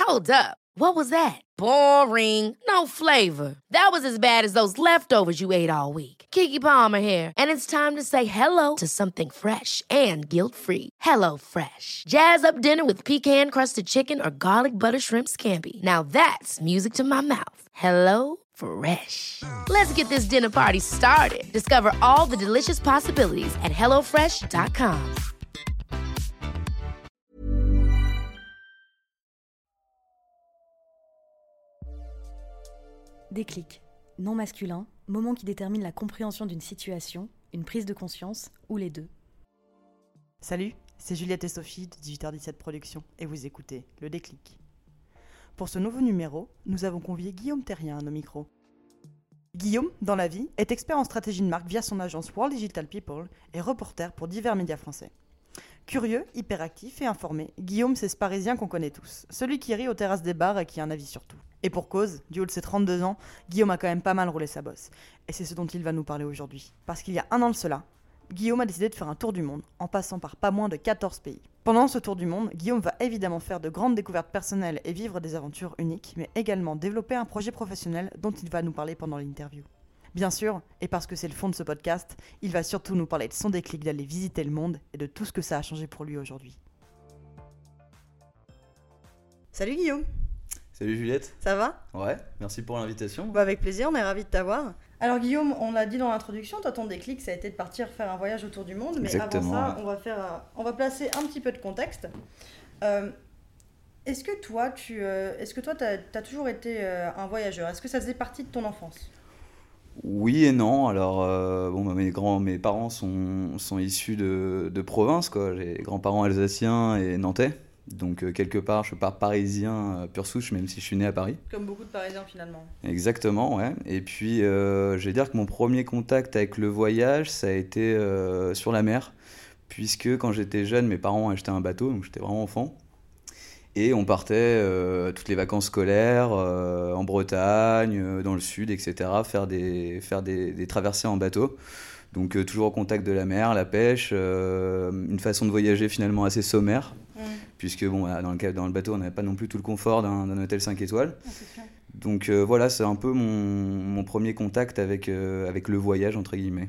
Hold up. What was that? Boring. No flavor. That was as bad as those leftovers you ate all week. Keke Palmer here, and it's time to say hello to something fresh and guilt-free. Hello Fresh. Jazz up dinner with pecan-crusted chicken or garlic butter shrimp scampi. Now that's music to my mouth. Hello Fresh. Let's get this dinner party started. Discover all the delicious possibilities at hellofresh.com. Déclic, nom masculin, moment qui détermine la compréhension d'une situation, une prise de conscience ou les deux. Salut, c'est Juliette et Sophie de 18h17 Productions et vous écoutez Le Déclic. Pour ce nouveau numéro, nous avons convié Guillaume Terrien à nos micros. Guillaume, dans la vie, est expert en stratégie de marque via son agence World Digital People et reporter pour divers médias français. Curieux, hyperactif et informé, Guillaume c'est ce Parisien qu'on connaît tous, celui qui rit aux terrasses des bars et qui a un avis sur tout. Et pour cause, du haut de ses 32 ans, Guillaume a quand même pas mal roulé sa bosse. Et c'est ce dont il va nous parler aujourd'hui. Parce qu'il y a un an de cela, Guillaume a décidé de faire un tour du monde, en passant par pas moins de 14 pays. Pendant ce tour du monde, Guillaume va évidemment faire de grandes découvertes personnelles et vivre des aventures uniques, mais également développer un projet professionnel dont il va nous parler pendant l'interview. Bien sûr, et parce que c'est le fond de ce podcast, il va surtout nous parler de son déclic d'aller visiter le monde et de tout ce que ça a changé pour lui aujourd'hui. Salut Guillaume! Salut Juliette. Ça va? Ouais, merci pour l'invitation. Avec plaisir, on est ravis de t'avoir. Alors Guillaume, on l'a dit dans l'introduction, toi ton déclic ça a été de partir faire un voyage autour du monde, mais Exactement, avant ça on va placer un petit peu de contexte. Est-ce que toi t'as toujours été un voyageur? Est-ce que ça faisait partie de ton enfance? Oui et non. Alors, mes parents sont issus de province, quoi. J'ai grands-parents alsaciens et nantais. Donc, quelque part, je suis pas parisien pur souche, même si je suis né à Paris. Comme beaucoup de Parisiens, finalement. Exactement, ouais. Et puis, je vais dire que mon premier contact avec le voyage, ça a été sur la mer. Puisque, quand j'étais jeune, mes parents achetaient un bateau, donc j'étais vraiment enfant. Et on partait toutes les vacances scolaires en Bretagne, dans le sud, etc., faire des traversées en bateau. Donc toujours au contact de la mer, la pêche, une façon de voyager finalement assez sommaire, puisque voilà, dans le bateau on n'avait pas non plus tout le confort d'un hôtel 5 étoiles. Donc voilà, c'est un peu mon premier contact avec le voyage, entre guillemets.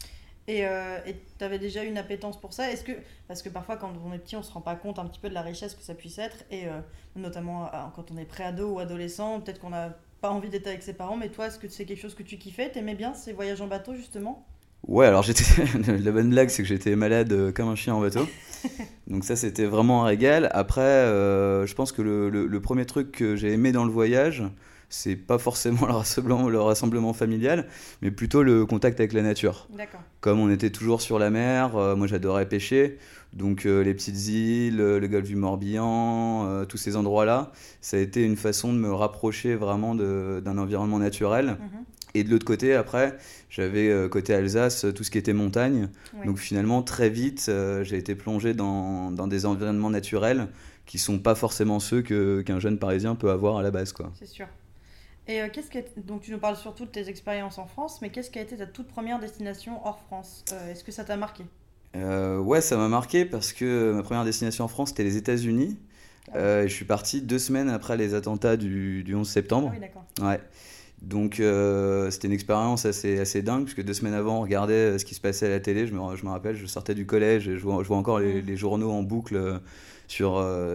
Et tu avais déjà une appétence pour ça? Parce que parfois quand on est petit on se rend pas compte un petit peu de la richesse que ça puisse être, et notamment quand on est pré-ado ou adolescent, peut-être qu'on n'a pas envie d'être avec ses parents, mais toi est-ce que c'est quelque chose que tu kiffais? T'aimais bien ces voyages en bateau justement? Ouais, alors la bonne blague c'est que j'étais malade comme un chien en bateau, donc ça c'était vraiment un régal. Après je pense que le premier truc que j'ai aimé dans le voyage, c'est pas forcément le rassemblement familial, mais plutôt le contact avec la nature. D'accord. Comme on était toujours sur la mer, moi j'adorais pêcher, donc les petites îles, le golfe du Morbihan, tous ces endroits-là, ça a été une façon de me rapprocher vraiment d'un environnement naturel. Et de l'autre côté, après, j'avais côté Alsace, tout ce qui était montagne. Oui. Donc finalement, très vite, j'ai été plongé dans des environnements naturels qui sont pas forcément ceux qu'un jeune Parisien peut avoir à la base, quoi. C'est sûr. Et donc tu nous parles surtout de tes expériences en France, mais qu'est-ce qui a été ta toute première destination hors France? Est-ce que ça t'a marqué? Ouais, ça m'a marqué parce que ma première destination en France, c'était les États-Unis. Je suis parti 2 semaines après les attentats du 11 septembre. Ah oui, d'accord. Ouais. Donc c'était une expérience assez dingue, parce que 2 semaines avant, on regardait ce qui se passait à la télé. Je me rappelle, je sortais du collège et je vois encore les journaux en boucle sur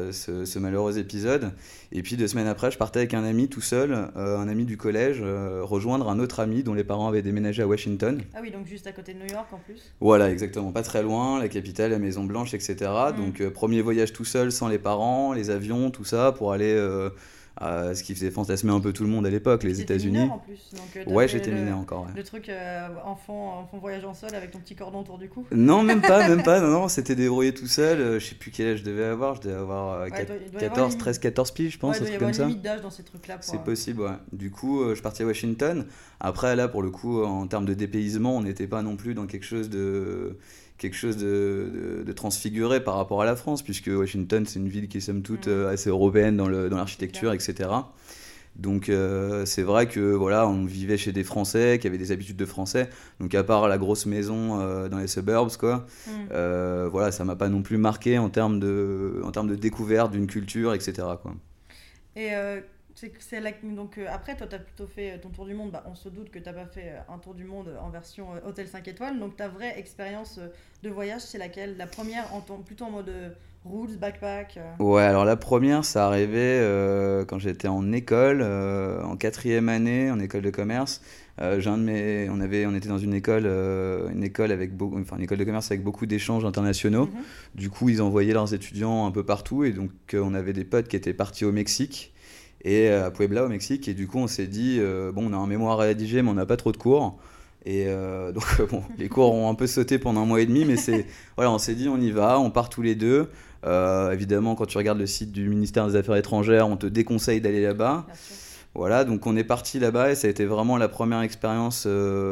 ce malheureux épisode. Et puis 2 semaines après, je partais avec un ami tout seul, un ami du collège, rejoindre un autre ami dont les parents avaient déménagé à Washington. Ah oui, donc juste à côté de New York en plus. Voilà, exactement, pas très loin, la capitale, la Maison Blanche, etc. Donc premier voyage tout seul, sans les parents, les avions, tout ça, pour aller... ce qui faisait fantasmer un peu tout le monde à l'époque, les États-Unis. Mineur en plus, donc ouais, j'étais mineur encore. Ouais. Le truc enfant voyageant seul avec ton petit cordon autour du cou. Non, même pas. Non, c'était débrouillé tout seul. Je sais plus quel âge je devais avoir. Je devais avoir 13-14 piges, je pense. Ouais, il doit y avoir une limite d'âge dans ces trucs-là. C'est possible, ouais. Du coup, je suis parti à Washington. Après, là, pour le coup, en termes de dépaysement, on n'était pas non plus dans quelque chose de transfiguré par rapport à la France, puisque Washington c'est une ville qui est somme toute assez européenne dans l'architecture, etc. Donc c'est vrai que voilà, on vivait chez des Français qui avaient des habitudes de Français, donc à part la grosse maison dans les suburbs, quoi, voilà, ça m'a pas non plus marqué en termes de découverte d'une culture, etc., quoi. Et donc après, toi, tu as plutôt fait ton tour du monde. On se doute que tu n'as pas fait un tour du monde en version hôtel 5 étoiles. Donc ta vraie expérience de voyage, c'est laquelle? La première, plutôt en mode roots, backpack Ouais, alors la première, ça arrivait quand j'étais en école, en quatrième année, en école de commerce. On était dans une école avec une école de commerce avec beaucoup d'échanges internationaux. Du coup, ils envoyaient leurs étudiants un peu partout, et donc on avait des potes qui étaient partis au Mexique et à Puebla au Mexique, et du coup, on s'est dit bon, on a un mémoire à rédiger, mais on n'a pas trop de cours. Et donc bon, les cours ont un peu sauté pendant un mois et demi, mais voilà, on s'est dit on y va, on part tous les deux. Évidemment, quand tu regardes le site du ministère des Affaires étrangères, on te déconseille d'aller là-bas. Voilà, donc on est parti là-bas, et ça a été vraiment la première expérience,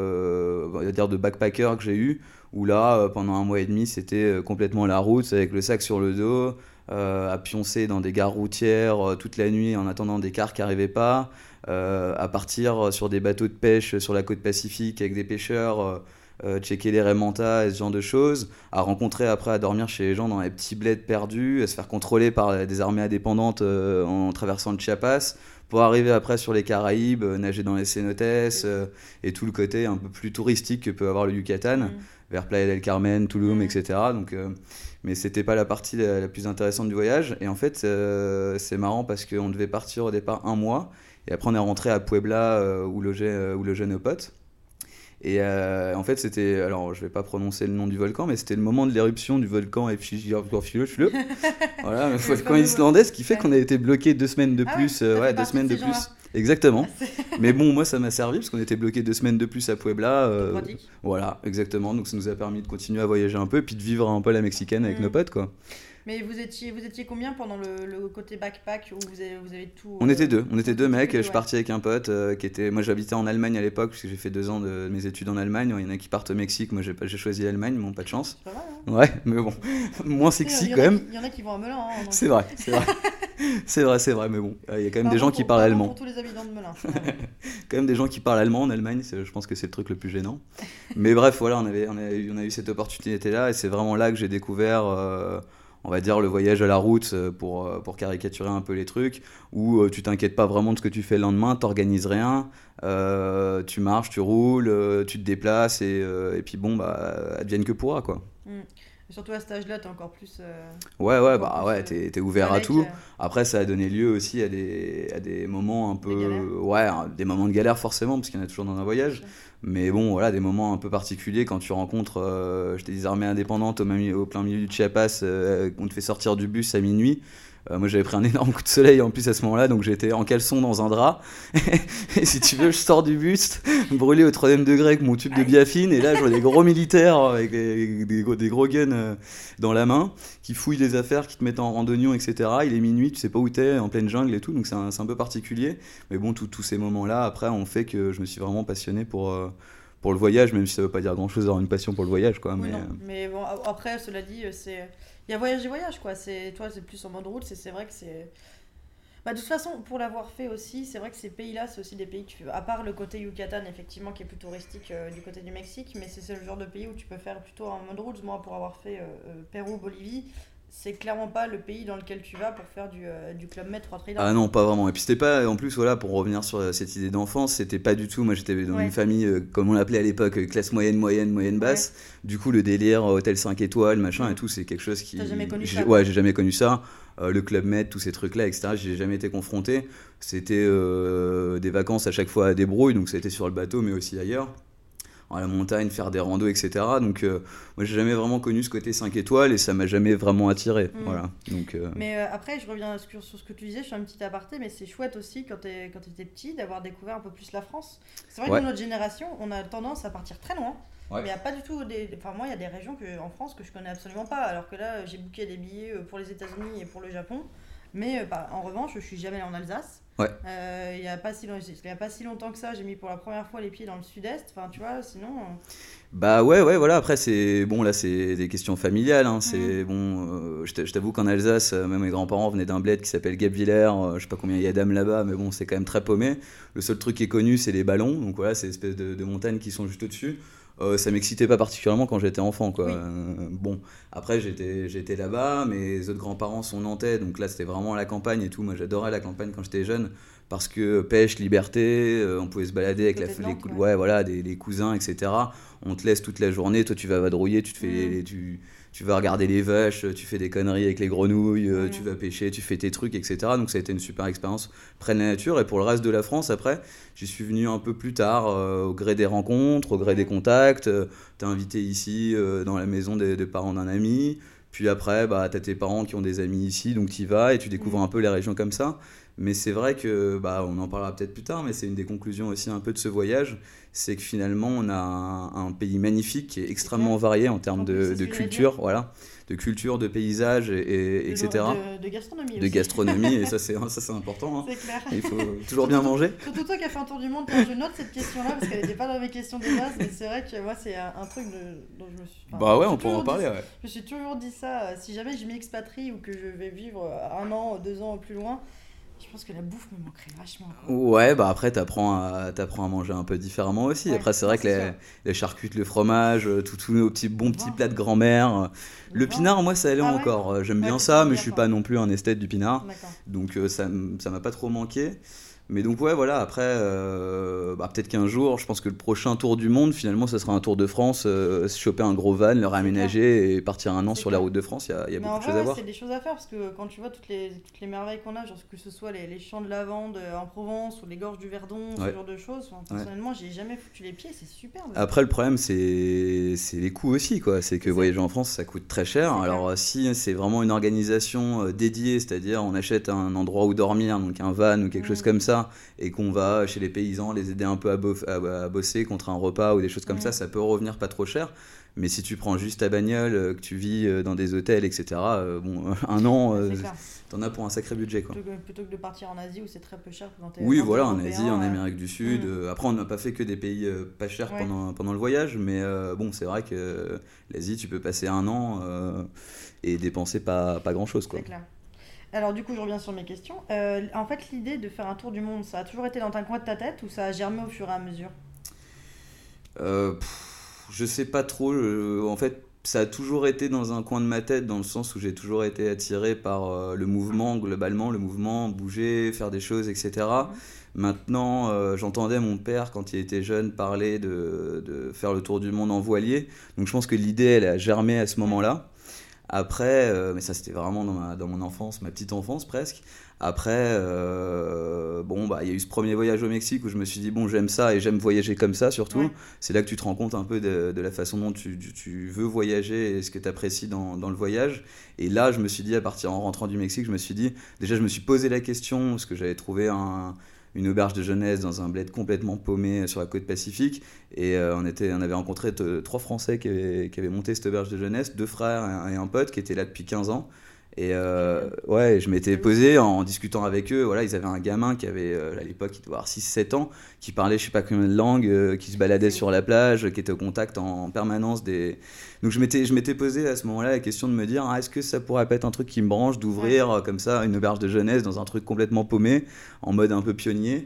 on va dire, de backpacker que j'ai eue, où là, pendant un mois et demi, c'était complètement la route, avec le sac sur le dos, à pioncer dans des gares routières toute la nuit en attendant des cars qui n'arrivaient pas, à partir sur des bateaux de pêche sur la côte Pacifique avec des pêcheurs, checker les raimentas et ce genre de choses, à rencontrer après, à dormir chez les gens dans les petits bleds perdus, à se faire contrôler par des armées indépendantes en traversant le Chiapas, pour arriver après sur les Caraïbes, nager dans les cénotes, et tout le côté un peu plus touristique que peut avoir le Yucatan, vers Playa del Carmen, Tulum, etc. Donc, mais c'était pas la partie la plus intéressante du voyage. Et en fait, c'est marrant parce qu'on devait partir au départ un mois, et après on est rentré à Puebla où logeaient nos potes. Et en fait, c'était, alors je vais pas prononcer le nom du volcan, mais c'était le moment de l'éruption du volcan Eyjafjallajökull. Voilà, le volcan islandais, ce qui fait qu'on a été bloqué 2 semaines de plus. 2 semaines de plus. Exactement. Mais bon, moi ça m'a servi parce qu'on était bloqué 2 semaines de plus à Puebla. Voilà, exactement. Donc ça nous a permis de continuer à voyager un peu, et puis de vivre un peu la mexicaine avec nos potes, quoi. Mais vous étiez combien pendant le côté backpack, où vous avez tout On était deux mecs. Je partais avec un pote qui était. Moi, j'habitais en Allemagne à l'époque, parce que j'ai fait 2 ans de mes études en Allemagne. Il y en a qui partent au Mexique. Moi, j'ai choisi l'Allemagne, mais bon, pas de chance. C'est pas mal, hein. Ouais, mais bon, moins sexy quand même. Il y en a qui vont à Melun. Hein, c'est vrai. C'est vrai, mais bon, il y a quand même des gens qui parlent allemand. Pour tous les habitants de Melun. Quand même des gens qui parlent allemand en Allemagne, je pense que c'est le truc le plus gênant. Mais bref, voilà, on a eu cette opportunité-là, et c'est vraiment là que j'ai découvert, on va dire, le voyage à la route, pour caricaturer un peu les trucs, où tu t'inquiètes pas vraiment de ce que tu fais le lendemain, t'organises rien, tu marches, tu roules, tu te déplaces, et puis bon, advienne que pourra, quoi. Et surtout à cet âge-là, t'es encore plus... t'es ouvert à tout. Après, ça a donné lieu aussi à des moments un peu... Des moments de galère forcément, parce qu'il y en a toujours dans un voyage. Mais bon, voilà, des moments un peu particuliers quand tu rencontres des armées indépendantes au plein milieu du Chiapas, on te fait sortir du bus à minuit. Moi, j'avais pris un énorme coup de soleil en plus à ce moment-là, donc j'étais en caleçon dans un drap. Et si tu veux, je sors du bus, brûlé au 3e degré avec mon tube de biafine, et là, je vois des gros militaires avec des gros guns dans la main, qui fouillent les affaires, qui te mettent en randonnion, etc. Il est minuit, tu sais pas où t'es, en pleine jungle et tout, donc c'est un peu particulier. Mais bon, tous ces moments-là, après, ont fait que je me suis vraiment passionné pour le voyage, même si ça veut pas dire grand-chose d'avoir une passion pour le voyage, quoi. Oui, mais bon, après, cela dit, c'est... Il y a voyage et voyage, quoi. Toi, c'est plus en mode route. C'est vrai que c'est... de toute façon, pour l'avoir fait aussi, c'est vrai que ces pays-là, c'est aussi des pays que à part le côté Yucatan, effectivement, qui est plus touristique du côté du Mexique, mais c'est le genre de pays où tu peux faire plutôt en mode route. Moi, pour avoir fait Pérou, Bolivie, c'est clairement pas le pays dans lequel tu vas pour faire du Club Med Notre-Dame. Ah non, pas vraiment. Et puis c'était pas, en plus, voilà, pour revenir sur cette idée d'enfance, c'était pas du tout. Moi, j'étais dans une famille, comme on l'appelait à l'époque, classe moyenne basse. Du coup, le délire hôtel 5 étoiles, machin et tout, c'est quelque chose qui... T'as jamais connu ça? Ouais, j'ai jamais connu ça. Le Club Med, tous ces trucs-là, etc., j'ai jamais été confronté. C'était des vacances à chaque fois à des brouilles, donc ça a été sur le bateau, mais aussi ailleurs. À la montagne, faire des randos, etc. Donc, moi, j'ai jamais vraiment connu ce côté 5 étoiles, et ça m'a jamais vraiment attiré. Voilà. Donc, Mais après, je reviens sur ce que tu disais, je fais un petit aparté, mais c'est chouette aussi, quand t'étais petit, d'avoir découvert un peu plus la France. C'est vrai que notre génération, on a tendance à partir très loin. Mais il n'y a pas du tout Enfin, moi, il y a des régions en France que je connais absolument pas, alors que là, j'ai booké des billets pour les États-Unis et pour le Japon. Mais en revanche, je suis jamais allée en Alsace. Il y a pas si longtemps que ça, j'ai mis pour la première fois les pieds dans le sud-est. Enfin, tu vois, sinon... voilà. Après, c'est des questions familiales, hein. C'est bon. Je t'avoue qu'en Alsace, même mes grands-parents venaient d'un bled qui s'appelle Guebwiller. Je sais pas combien il y a d'âmes là-bas, mais bon, c'est quand même très paumé. Le seul truc qui est connu, c'est les ballons. Donc voilà, c'est des espèces de montagnes qui sont juste au-dessus. Ça m'excitait pas particulièrement quand j'étais enfant, quoi. Oui. Bon, après j'étais là-bas, mes autres grands-parents sont nantais, donc là c'était vraiment la campagne et tout. Moi j'adorais la campagne quand j'étais jeune parce que pêche, liberté, on pouvait se balader avec Côté de Nantes, ouais. ouais, voilà, les cousins, etc. On te laisse toute la journée, toi tu vas vadrouiller, tu vas regarder les vaches, tu fais des conneries avec les grenouilles, tu vas pêcher, tu fais tes trucs, etc. Donc ça a été une super expérience près de la nature. Et pour le reste de la France, après, j'y suis venu un peu plus tard, au gré des rencontres, au gré des contacts. T'es invité ici, dans la maison des parents d'un ami. Puis après, bah, t'as tes parents qui ont des amis ici, donc t'y vas et tu découvres un peu les régions comme ça. Mais c'est vrai que, bah, on en parlera peut-être plus tard, mais c'est une des conclusions aussi un peu de ce voyage, c'est que finalement on a un pays magnifique qui est extrêmement varié en termes En plus, c'est de ce que j'allais culture, voilà, de culture, de paysage, etc. De gastronomie De aussi. gastronomie, et ça c'est important, hein. C'est clair. Il faut toujours bien manger. Surtout toi qui as fait un tour du monde, quand je note cette question-là, parce qu'elle n'était pas dans mes questions de base, mais c'est vrai que moi, c'est un truc dont je me suis. Bah ouais, je me on suis peut en toujours parler, dit- ouais. Je me suis toujours dit ça, si jamais je m'expatrie ou que je vais vivre 1 an, 2 ans plus loin, je pense que la bouffe me manquerait vachement, quoi. Ouais, bah après t'apprends à manger un peu différemment aussi. Ouais, Après c'est vrai non, que c'est sûr. les charcutes, le fromage, tous nos bons petits plats de grand-mère. Le vin. pinard, moi ça allait Ah ouais. encore. J'aime Ouais, bien tu ça, aimes mais bien, je suis toi. pas non plus un esthète du pinard. D'accord. Donc ça m'a pas trop manqué. Mais donc ouais, voilà, après, bah, peut-être qu'un jour, je pense que le prochain tour du monde, finalement, ça sera un tour de France, se choper un gros van, le réaménager et partir un an C'est sur la clair. route de France. Il y a Mais beaucoup en de vrai, choses à ouais, voir. c'est des choses à faire parce que quand tu vois toutes les merveilles qu'on a, genre que ce soit les champs de lavande en Provence ou les gorges du Verdon, ce Ouais. genre de choses, enfin, personnellement, j'y ai jamais foutu les pieds, c'est superbe. Après, le problème, c'est les coûts aussi, quoi. C'est que C'est ça. voyager en France, ça coûte très cher. C'est Alors, si c'est vraiment une organisation dédiée, c'est-à-dire on achète un endroit où dormir, donc un van ou quelque chose comme ça, et qu'on va chez les paysans les aider un peu à bosser contre un repas ou des choses comme ça peut revenir pas trop cher. Mais si tu prends juste ta bagnole, que tu vis dans des hôtels, etc., bon, un an, C'est clair. t'en as pour un sacré budget, quoi. Plutôt que de partir en Asie où c'est très peu cher quand t'es Oui, quand t'es voilà, en européen, Asie, en Amérique du Sud. Mm. Après, on n'a pas fait que des pays pas chers Ouais. pendant le voyage, mais bon, c'est vrai que l'Asie, tu peux passer un an et dépenser pas grand-chose, quoi. C'est clair. Alors du coup, je reviens sur mes questions. En fait, l'idée de faire un tour du monde, ça a toujours été dans un coin de ta tête ou ça a germé au fur et à mesure? Je sais pas trop. En fait, ça a toujours été dans un coin de ma tête, dans le sens où j'ai toujours été attiré par le mouvement, globalement, le mouvement, bouger, faire des choses, etc. Maintenant, j'entendais mon père, quand il était jeune, parler de faire le tour du monde en voilier. Donc je pense que l'idée, elle a germé à ce moment-là. Après, mais ça c'était vraiment dans mon enfance, ma petite enfance presque. Après, bon, bah, il y a eu ce premier voyage au Mexique où je me suis dit, bon, j'aime ça et j'aime voyager comme ça surtout. Ouais. C'est là que tu te rends compte un peu de la façon dont tu veux voyager et ce que tu apprécies dans le voyage. Et là, je me suis dit, en rentrant du Mexique, je me suis dit, déjà, je me suis posé la question, parce que j'avais trouvé une auberge de jeunesse dans un bled complètement paumé sur la côte Pacifique. Et on avait rencontré 3 Français qui avaient monté cette auberge de jeunesse, 2 frères et un pote qui étaient là depuis 15 ans. Et ouais, je m'étais posé en discutant avec eux. Voilà, ils avaient un gamin qui avait, à l'époque, il devait avoir 6-7 ans, qui parlait je sais pas combien de langues, qui se baladait sur la plage, qui était au contact en permanence des... Donc je m'étais posé à ce moment-là la question de me dire, est-ce que ça pourrait pas être un truc qui me branche d'ouvrir comme ça une auberge de jeunesse dans un truc complètement paumé, en mode un peu pionnier.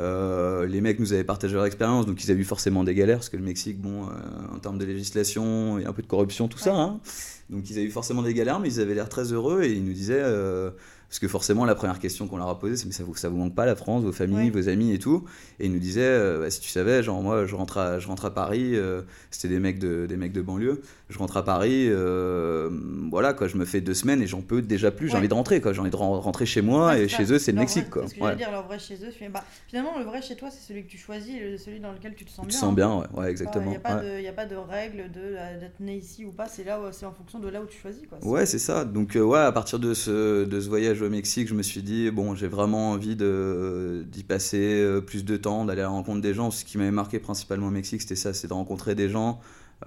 Les mecs nous avaient partagé leur expérience, donc ils avaient eu forcément des galères, parce que le Mexique, bon, en termes de législation, il y a un peu de corruption, tout ça, hein. Donc ils avaient eu forcément des galères, mais ils avaient l'air très heureux, et ils nous disaient, parce que forcément la première question qu'on leur a posée, c'est, mais ça vous manque pas la France, vos familles, vos amis et tout? Et ils nous disaient, bah, si tu savais, genre moi je rentre à Paris, c'était des mecs de banlieue, je rentre à Paris, voilà quoi, je me fais 2 semaines et j'en peux déjà plus, j'ai envie de rentrer quoi, j'ai envie de rentrer chez moi, et chez eux c'est le Mexique quoi. C'est ce que j'allais dire, leur vrai chez eux. Finalement, le vrai chez toi, c'est celui que tu choisis et celui dans lequel tu te sens Tu bien. te sens bien, ouais, exactement. Il n'y a pas de règle d'être né ici ou pas, c'est en fonction de là où tu choisis, quoi. Ouais, c'est ça. Donc ouais, à partir de ce voyage au Mexique, je me suis dit, bon, j'ai vraiment envie d'y passer plus de temps, d'aller à la rencontre des gens. Ce qui m'avait marqué principalement au Mexique, c'était ça, c'est de rencontrer des gens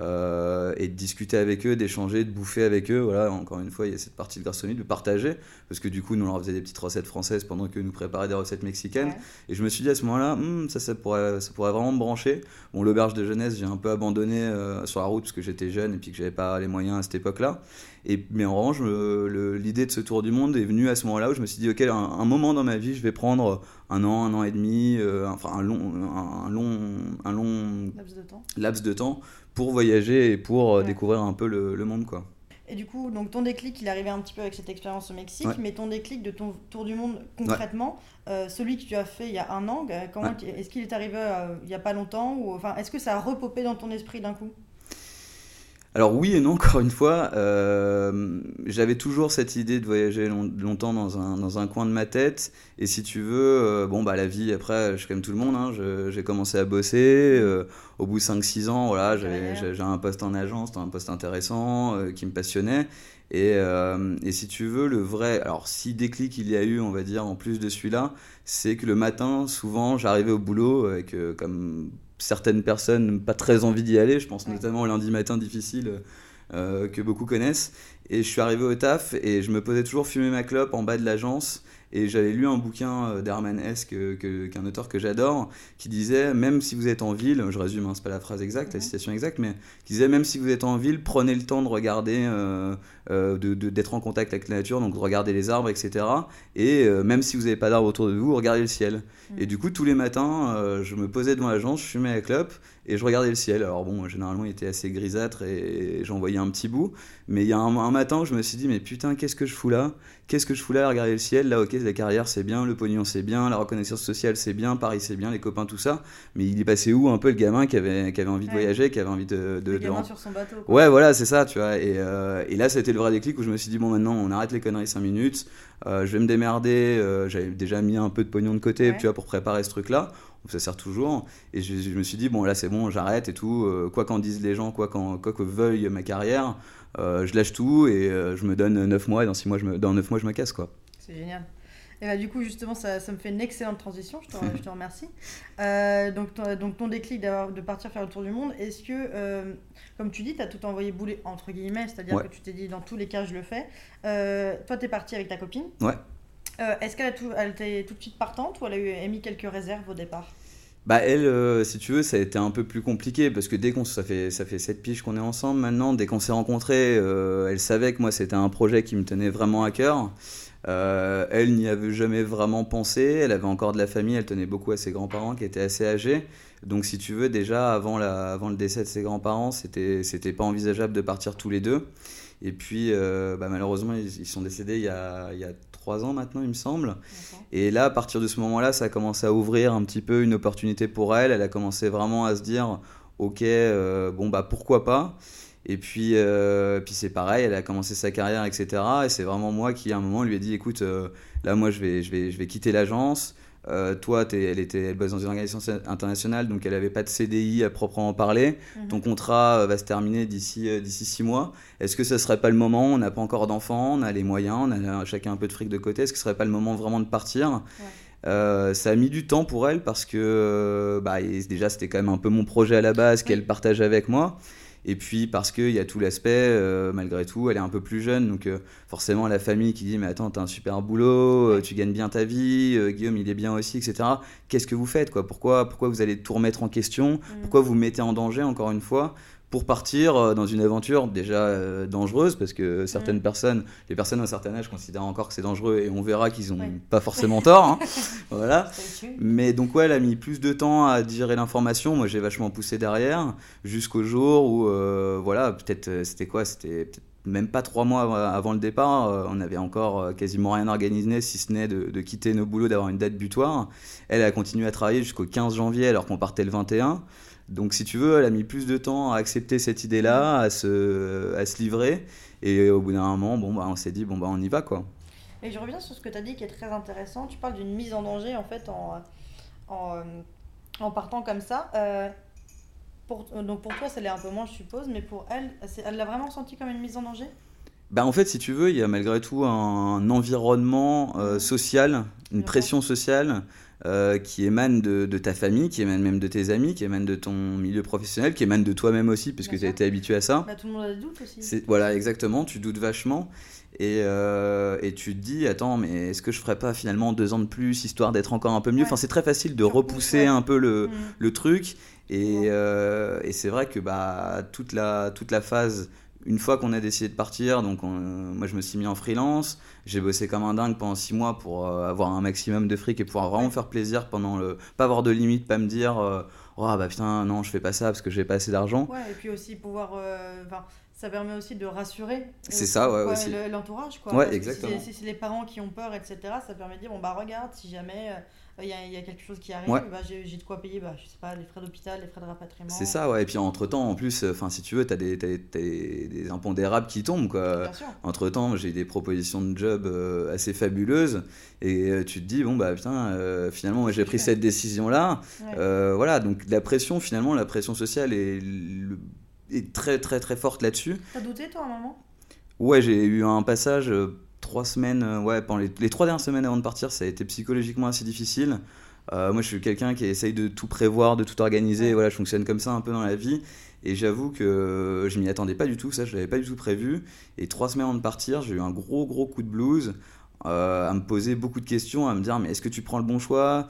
et de discuter avec eux, d'échanger, de bouffer avec eux. Voilà, encore une fois, il y a cette partie de gastronomie, de partager, parce que du coup, nous on leur faisait des petites recettes françaises pendant qu'eux nous préparaient des recettes mexicaines. Ouais. Et je me suis dit à ce moment-là, ça pourrait vraiment me brancher. Bon, l'auberge de jeunesse, j'ai un peu abandonné sur la route parce que j'étais jeune et puis que j'avais pas les moyens à cette époque-là. Mais en revanche, l'idée de ce tour du monde est venue à ce moment-là où je me suis dit, ok, un moment dans ma vie, je vais prendre un an et demi, enfin un long Laps de temps. laps de temps pour voyager et pour découvrir un peu le monde, quoi. Et du coup, donc ton déclic, il est arrivé un petit peu avec cette expérience au Mexique, Ouais. mais ton déclic de ton tour du monde concrètement, celui que tu as fait il y a un an, est-ce qu'il est arrivé il n'y a pas longtemps ou, enfin, est-ce que ça a repopé dans ton esprit d'un coup? Alors oui et non, encore une fois, j'avais toujours cette idée de voyager longtemps dans un coin de ma tête. Et si tu veux, la vie, après, je suis comme tout le monde, hein, j'ai commencé à bosser. Au bout de 5-6 ans, voilà, j'ai un poste en agence, un poste intéressant qui me passionnait. Et si tu veux, le vrai... Alors si déclic il y a eu, on va dire, en plus de celui-là, c'est que le matin, souvent, j'arrivais au boulot avec, comme certaines personnes n'ont pas très envie d'y aller, je pense notamment au lundi matin difficile que beaucoup connaissent. Et je suis arrivé au taf et je me posais toujours fumer ma clope en bas de l'agence. Et j'avais lu un bouquin d'Hermann Hesse, qu'un auteur que j'adore, qui disait, même si vous êtes en ville, je résume, hein, c'est pas la phrase exacte, la citation exacte, mais qui disait, même si vous êtes en ville, prenez le temps de regarder, d'être en contact avec la nature, donc de regarder les arbres, etc. Et même si vous n'avez pas d'arbres autour de vous, regardez le ciel. Et du coup, tous les matins, je me posais devant l'agence, je fumais la clope et je regardais le ciel. Alors bon, généralement, il était assez grisâtre et j'en voyais un petit bout. Mais il y a un matin où je me suis dit, mais putain, qu'est-ce que je fous là ? Qu'est-ce que je fous là à regarder le ciel ? Là, ok, la carrière, c'est bien, le pognon, c'est bien, la reconnaissance sociale, c'est bien, Paris, c'est bien, les copains, tout ça. Mais il est passé où un peu le gamin qui avait envie de voyager, qui avait envie le gamin sur son bateau, quoi. Ouais, voilà, c'est ça, tu vois. Et là, ça a été le vrai déclic où je me suis dit, bon, maintenant, on arrête les conneries 5 minutes. Je vais me démerder. J'avais déjà mis un peu de pognon de côté, tu vois, pour préparer ce truc-là. Ça sert toujours. Et je me suis dit, bon, là, c'est bon, j'arrête et tout. Quoi qu'en disent les gens, quoi que veuille ma carrière, je lâche tout et je me donne 9 mois. Et dans 9 mois, je me casse, quoi. C'est génial. Et bah, du coup, justement, ça me fait une excellente transition. Je te remercie. Donc, ton déclic de partir faire le tour du monde, est-ce que, comme tu dis, tu as tout envoyé bouler, entre guillemets, c'est-à-dire que tu t'es dit, dans tous les cas, je le fais. Toi, tu es parti avec ta copine. Ouais. Est-ce qu'elle était tout de suite partante ou elle a émis quelques réserves au départ ? Bah elle, si tu veux, ça a été un peu plus compliqué parce que ça fait 7 piges qu'on est ensemble maintenant. Dès qu'on s'est rencontrés, elle savait que moi c'était un projet qui me tenait vraiment à cœur. Elle n'y avait jamais vraiment pensé. Elle avait encore de la famille, elle tenait beaucoup à ses grands-parents qui étaient assez âgés. Donc si tu veux, déjà avant le décès de ses grands-parents, c'était pas envisageable de partir tous les deux. Et puis malheureusement, ils sont décédés il y a 3 ans maintenant, il me semble. D'accord. Et là, à partir de ce moment-là, ça a commencé à ouvrir un petit peu une opportunité pour elle. Elle a commencé vraiment à se dire, ok, pourquoi pas. Et puis c'est pareil, elle a commencé sa carrière, etc. Et c'est vraiment moi qui, à un moment, lui ai dit, écoute, là, moi, je vais quitter l'agence. Toi, elle bosse dans une organisation internationale, donc elle n'avait pas de CDI à proprement parler. Ton contrat va se terminer d'ici 6 mois. Est-ce que ce ne serait pas le moment ? On n'a pas encore d'enfants, on a les moyens, on a chacun un peu de fric de côté. Est-ce que ce ne serait pas le moment vraiment de partir ? Ça a mis du temps pour elle parce que déjà c'était quand même un peu mon projet à la base qu'elle partage avec moi. Et puis parce qu'il y a tout l'aspect, malgré tout, elle est un peu plus jeune, donc forcément la famille qui dit mais attends, t'as un super boulot, tu gagnes bien ta vie, Guillaume il est bien aussi, etc. Qu'est-ce que vous faites, quoi ? Pourquoi vous allez tout remettre en question ? Pourquoi vous mettez en danger encore une fois pour partir dans une aventure déjà dangereuse, parce que les personnes d'un certain âge considèrent encore que c'est dangereux, et on verra qu'ils n'ont pas forcément tort. Hein. Voilà. Mais donc ouais, elle a mis plus de temps à digérer l'information. Moi, j'ai vachement poussé derrière, jusqu'au jour où, c'était peut-être même pas 3 mois avant le départ, on n'avait encore quasiment rien organisé, si ce n'est de quitter nos boulots, d'avoir une date butoir. Elle a continué à travailler jusqu'au 15 janvier, alors qu'on partait le 21. Donc si tu veux, elle a mis plus de temps à accepter cette idée-là, à se livrer. Et au bout d'un moment, on s'est dit, on y va, quoi. Et je reviens sur ce que tu as dit qui est très intéressant. Tu parles d'une mise en danger, en fait, en partant comme ça. Donc pour toi, ça l'est un peu moins, je suppose, mais pour elle, elle l'a vraiment senti comme une mise en danger ? En fait, si tu veux, il y a malgré tout un environnement social, une pression sociale qui émane de ta famille, qui émane même de tes amis, qui émane de ton milieu professionnel, qui émane de toi-même aussi, puisque tu as été habitué à ça. Tout le monde a des doutes aussi. Voilà, exactement, tu doutes vachement. Et tu te dis, attends, mais est-ce que je ferais pas finalement 2 ans de plus, histoire d'être encore un peu mieux ? Enfin, c'est très facile de repousser un peu le truc. Et c'est vrai que toute la phase... Une fois qu'on a décidé de partir, donc moi je me suis mis en freelance, j'ai bossé comme un dingue pendant 6 mois pour avoir un maximum de fric et pouvoir vraiment faire plaisir pas avoir de limite, pas me dire oh bah putain, non, je fais pas ça parce que j'ai pas assez d'argent. Ouais, et puis aussi pouvoir. Ça permet aussi de rassurer C'est ça, ouais, aussi. l'entourage, quoi. Ouais, Parce que exactement. si c'est les parents qui ont peur, etc., ça permet de dire, bon, bah regarde, si jamais il y a quelque chose qui arrive, Ouais. bah, j'ai de quoi payer, bah, je sais pas, les frais d'hôpital, les frais de rapatriement. C'est ça, ouais. Et puis entre-temps, en plus, si tu veux, t'as des impondérables qui tombent, quoi. Bien sûr. Entre-temps, j'ai eu des propositions de job assez fabuleuses. Et tu te dis, bon, bah putain, finalement, moi, j'ai pris cette décision-là. Ouais. Voilà, donc la pression, finalement, la pression sociale est très, très, très forte là-dessus. T'as douté, toi, à un moment? Ouais, j'ai eu un passage 3 semaines, ouais, pendant les 3 dernières semaines avant de partir, ça a été psychologiquement assez difficile. Moi, je suis quelqu'un qui essaye de tout prévoir, de tout organiser. Ouais. Voilà, je fonctionne comme ça un peu dans la vie. Et j'avoue que je m'y attendais pas du tout, ça, je l'avais pas du tout prévu. Et 3 semaines avant de partir, j'ai eu un gros, gros coup de blues. À me poser beaucoup de questions, à me dire mais est-ce que tu prends le bon choix,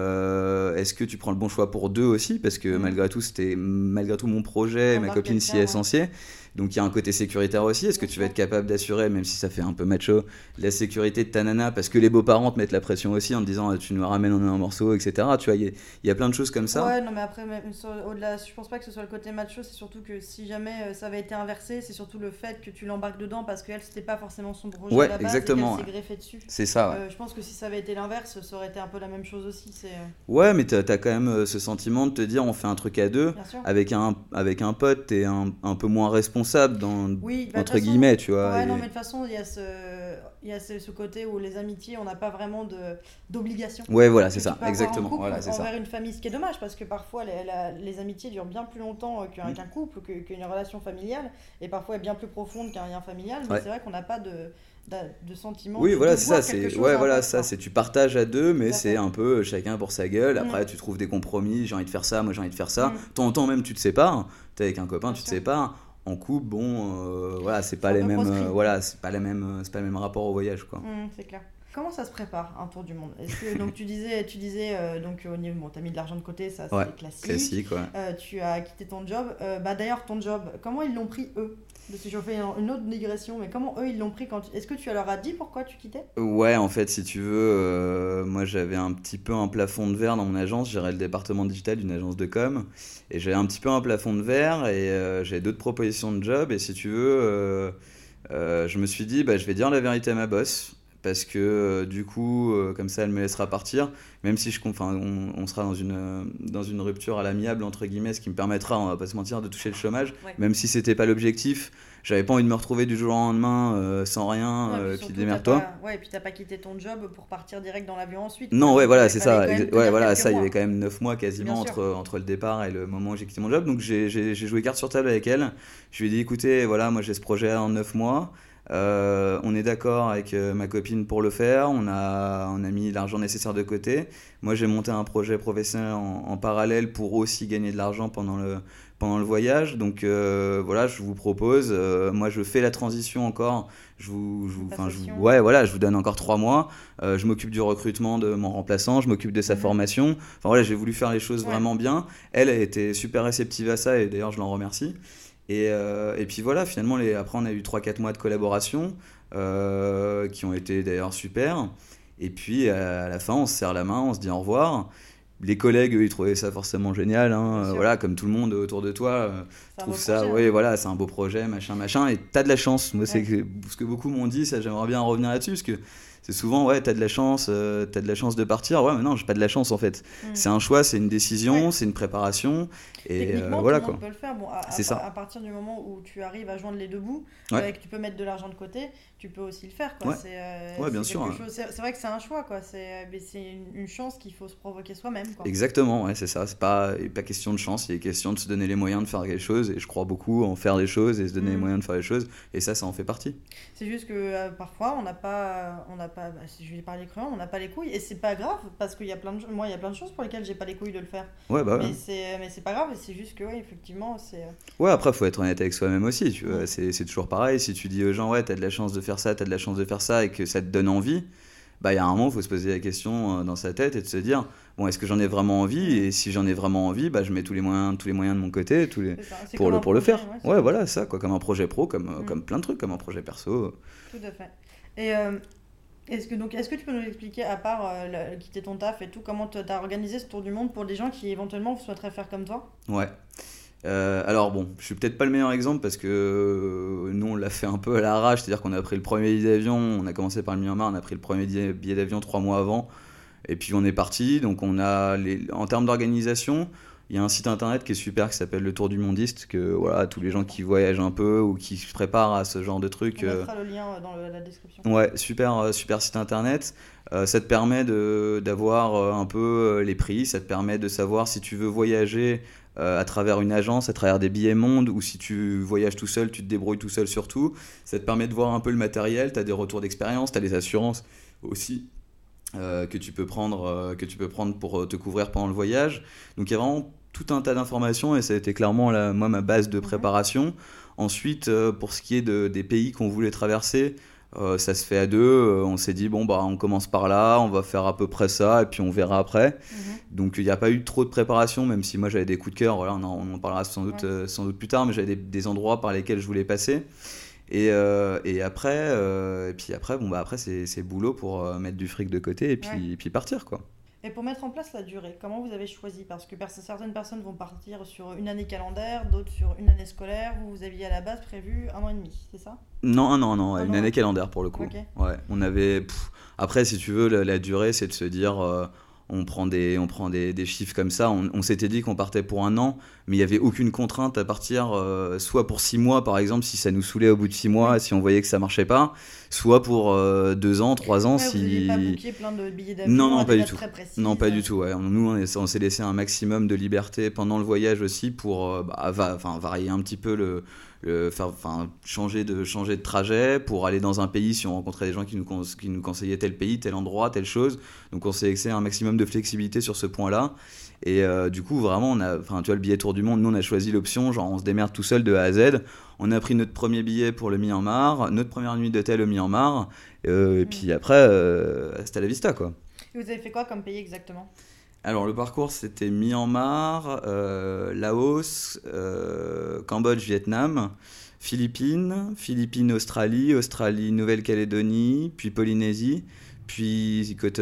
est-ce que tu prends le bon choix pour deux aussi, parce que malgré tout c'était malgré tout mon projet, ma copine s'y est associée, donc il y a un côté sécuritaire aussi, est-ce que tu vas être capable d'assurer, même si ça fait un peu macho, la sécurité de ta nana, parce que les beaux-parents te mettent la pression aussi en te disant tu nous ramènes en un morceau, etc. Tu vois, il y a plein de choses comme ça. Ouais, non, mais après, au-delà, je pense pas que ce soit le côté macho, c'est surtout que si jamais ça avait été inversé, c'est surtout le fait que tu l'embarques dedans parce qu'elle, c'était pas forcément son projet Ouais, à la base exactement, et qu'elle s'est greffée dessus. C'est ça, ouais. Je pense que si ça avait été l'inverse, ça aurait été un peu la même chose aussi. Ouais, mais t'as quand même ce sentiment de te dire on fait un truc à deux. Bien sûr. Avec un pote, t'es un peu moins responsable, Oui, entre de toute guillemets, façon, tu vois. Ouais, et- non, mais de toute façon, il y a ce côté où les amitiés, on n'a pas vraiment d'obligation. Ouais, voilà, c'est Que ça, tu peux avoir exactement. en couple Voilà, c'est ça. envers une famille, ce qui est dommage parce que parfois les amitiés durent bien plus longtemps qu'un couple, qu'une relation familiale, et parfois est bien plus profonde qu'un lien familial, mais Ouais. c'est vrai qu'on n'a pas de sentiment Oui, de voilà, devoir c'est ça. quelque C'est chose ouais, à un voilà, pote, ça. quoi. C'est tu partages à deux, mais Tout à c'est fait. un peu chacun pour sa gueule. Après, Mm. tu trouves des compromis. J'ai envie de faire ça, moi j'ai envie de faire ça. Mm. De temps en temps même, tu te sépares. T'es avec un copain, Bien tu te sûr. sépares. En couple, bon, voilà, c'est pas C'est un les peu mêmes. proscrit. Voilà, c'est pas le même rapport au voyage, quoi. C'est clair. Comment ça se prépare un tour du monde? Est-ce que donc tu disais donc au niveau, bon, t'as mis de l'argent de côté, ça Ouais, c'est classique. Classique, ouais. Tu as quitté ton job. D'ailleurs, ton job, comment ils l'ont pris eux? Parce que je fais une autre digression, mais comment eux ils l'ont pris est-ce que tu leur as dit pourquoi tu quittais? Ouais, en fait, si tu veux, moi j'avais un petit peu un plafond de verre dans mon agence. Je gérais le département digital d'une agence de com. Et j'avais un petit peu un plafond de verre et j'avais d'autres propositions de job. Et si tu veux, je me suis dit, bah, je vais dire la vérité à ma boss. Parce que du coup, comme ça, elle me laissera partir. Même si on sera dans une rupture à l'amiable, entre guillemets, ce qui me permettra, on va pas se mentir, de toucher le chômage. Ouais. Même si c'était pas l'objectif. J'avais pas envie de me retrouver du jour au lendemain sans rien, Ouais, puis surtout, démerde-toi. Ouais, et puis t'as pas quitté ton job pour partir direct dans l'avion ensuite. Non, quoi. ouais, Donc, voilà, il c'est fallait ça. quand même Ouais, tenir voilà, quelques ça, il y mois. avait quand même 9 mois quasiment Bien sûr. entre le départ et le moment où j'ai quitté mon job. Donc j'ai joué carte sur table avec elle. Je lui ai dit, écoutez, voilà, moi j'ai ce projet en 9 mois. On est d'accord avec ma copine pour le faire. On a mis l'argent nécessaire de côté. Moi, j'ai monté un projet professionnel en parallèle pour aussi gagner de l'argent pendant le voyage. Donc voilà, je vous propose. Moi, je fais la transition encore. Ouais, voilà, je vous donne encore 3 mois. Je m'occupe du recrutement de mon remplaçant. Je m'occupe de sa formation. Enfin voilà, j'ai voulu faire les choses vraiment bien. Elle a été super réceptive à ça et d'ailleurs, je l'en remercie. Et puis voilà, finalement, après, on a eu 3-4 mois de collaboration qui ont été d'ailleurs super. Et puis à la fin, on se serre la main, on se dit au revoir. Les collègues, eux, ils trouvaient ça forcément génial. Voilà, comme tout le monde autour de toi, C'est un trouve beau ça, projet, ouais, hein. voilà, c'est un beau projet, machin. Et t'as de la chance. Moi, c'est Ouais. ce que beaucoup m'ont dit, ça, j'aimerais bien revenir là-dessus, parce que c'est souvent, ouais, t'as de la chance de partir. Ouais, mais non, j'ai pas de la chance en fait. C'est un choix, c'est une décision, Ouais. c'est une préparation. Et Techniquement, voilà tout le quoi. monde peut le faire. Bon, C'est ça. à partir du moment où tu arrives à joindre les deux bouts, Ouais. et que tu peux mettre de l'argent de côté, tu peux aussi le faire, quoi. Ouais. Ouais, bien C'est sûr, quelque ouais. chose- c'est vrai que c'est un choix, quoi. Mais c'est une chance qu'il faut se provoquer soi-même, quoi. Exactement, ouais, c'est ça. C'est pas question de chance, il est question de se donner les moyens de faire quelque chose. Et je crois beaucoup en faire des choses et se donner les moyens de faire les choses. Et ça en fait partie. C'est juste que parfois, on n'a pas, si je vais parler cruellement, on n'a pas les couilles. Et c'est pas grave, parce qu'il y a moi, il y a plein de choses pour lesquelles j'ai pas les couilles de le faire. Ouais, bah ouais. Mais c'est pas grave, c'est juste que, ouais, effectivement, c'est. Ouais, après, faut être honnête avec soi-même aussi. Tu vois, c'est toujours pareil. Si tu dis aux gens, ouais, t'as de la chance de faire ça, t'as de la chance de faire ça, et que ça te donne envie, bah, il y a un moment, il faut se poser la question dans sa tête et de se dire, bon, est-ce que j'en ai vraiment envie? Et si j'en ai vraiment envie, bah, je mets tous les moyens de mon côté, C'est ça. C'est pour comme le un pour le projet, faire. c'est Ouais, comme voilà, ça, quoi, comme un projet pro, comme plein de trucs, comme un projet perso. Tout à fait. Et Est-ce que tu peux nous expliquer, à part quitter ton taf et tout, comment tu as organisé ce tour du monde pour des gens qui éventuellement souhaiteraient faire comme toi? Ouais. Alors bon, je suis peut-être pas le meilleur exemple parce que nous on l'a fait un peu à l'arrache, c'est-à-dire qu'on a pris le premier billet d'avion, on a commencé par le Myanmar, on a pris le premier billet d'avion 3 mois avant, et puis on est parti. Donc en termes d'organisation, il y a un site internet qui est super qui s'appelle Le Tour du Mondiste, que voilà, tous les gens qui voyagent un peu ou qui se préparent à ce genre de truc. On mettra le lien dans la description. Ouais, super site internet. Ça te permet d'avoir un peu les prix, ça te permet de savoir si tu veux voyager à travers une agence, à travers des billets monde, ou si tu voyages tout seul, tu te débrouilles tout seul surtout. Ça te permet de voir un peu le matériel, tu as des retours d'expérience, tu as des assurances aussi que tu peux prendre pour te couvrir pendant le voyage. Donc il y a vraiment tout un tas d'informations et ça a été clairement ma base de préparation. Ensuite, pour ce qui est des pays qu'on voulait traverser, ça se fait à deux. On s'est dit, on commence par là, on va faire à peu près ça et puis on verra après. Donc il n'y a pas eu trop de préparation, même si moi j'avais des coups de cœur. Voilà, on en parlera sans doute plus tard, mais j'avais des endroits par lesquels je voulais passer. Et après, après c'est boulot pour mettre du fric de côté et puis partir, quoi. Et pour mettre en place la durée, comment vous avez choisi? Parce que certaines personnes vont partir sur une année calendaire, d'autres sur une année scolaire. Vous aviez à la base prévu 1 an et demi, c'est ça? Non, une année calendaire pour le coup. Okay. Ouais, on avait. Après, si tu veux, la durée, c'est de se dire. On prend des chiffres comme ça. On s'était dit qu'on partait pour 1 an, mais il n'y avait aucune contrainte à partir, soit pour 6 mois, par exemple, si ça nous saoulait au bout de 6 mois, si on voyait que ça ne marchait pas, soit pour 2 ans, 3 ans. Ouais, si... Vous n'avez pas booké plein de billets d'avion? Non, pas du tout. Très précises. Non, pas du tout. Ouais. Nous, on s'est laissé un maximum de liberté pendant le voyage aussi pour varier un petit peu changer de trajet pour aller dans un pays si on rencontrait des gens qui nous conseillaient tel pays, tel endroit, telle chose. Donc on s'est laissé un maximum de flexibilité sur ce point-là. Et du coup, vraiment, tu vois, le billet Tour du Monde, nous on a choisi l'option, genre on se démerde tout seul de A à Z. On a pris notre premier billet pour le Myanmar, notre première nuit d'hôtel au Myanmar, et puis après, c'était à la vista, quoi. Et vous avez fait quoi comme pays exactement? Alors le parcours c'était Myanmar, Laos, Cambodge, Vietnam, Philippines, Australie, Nouvelle-Calédonie, puis Polynésie, puis côte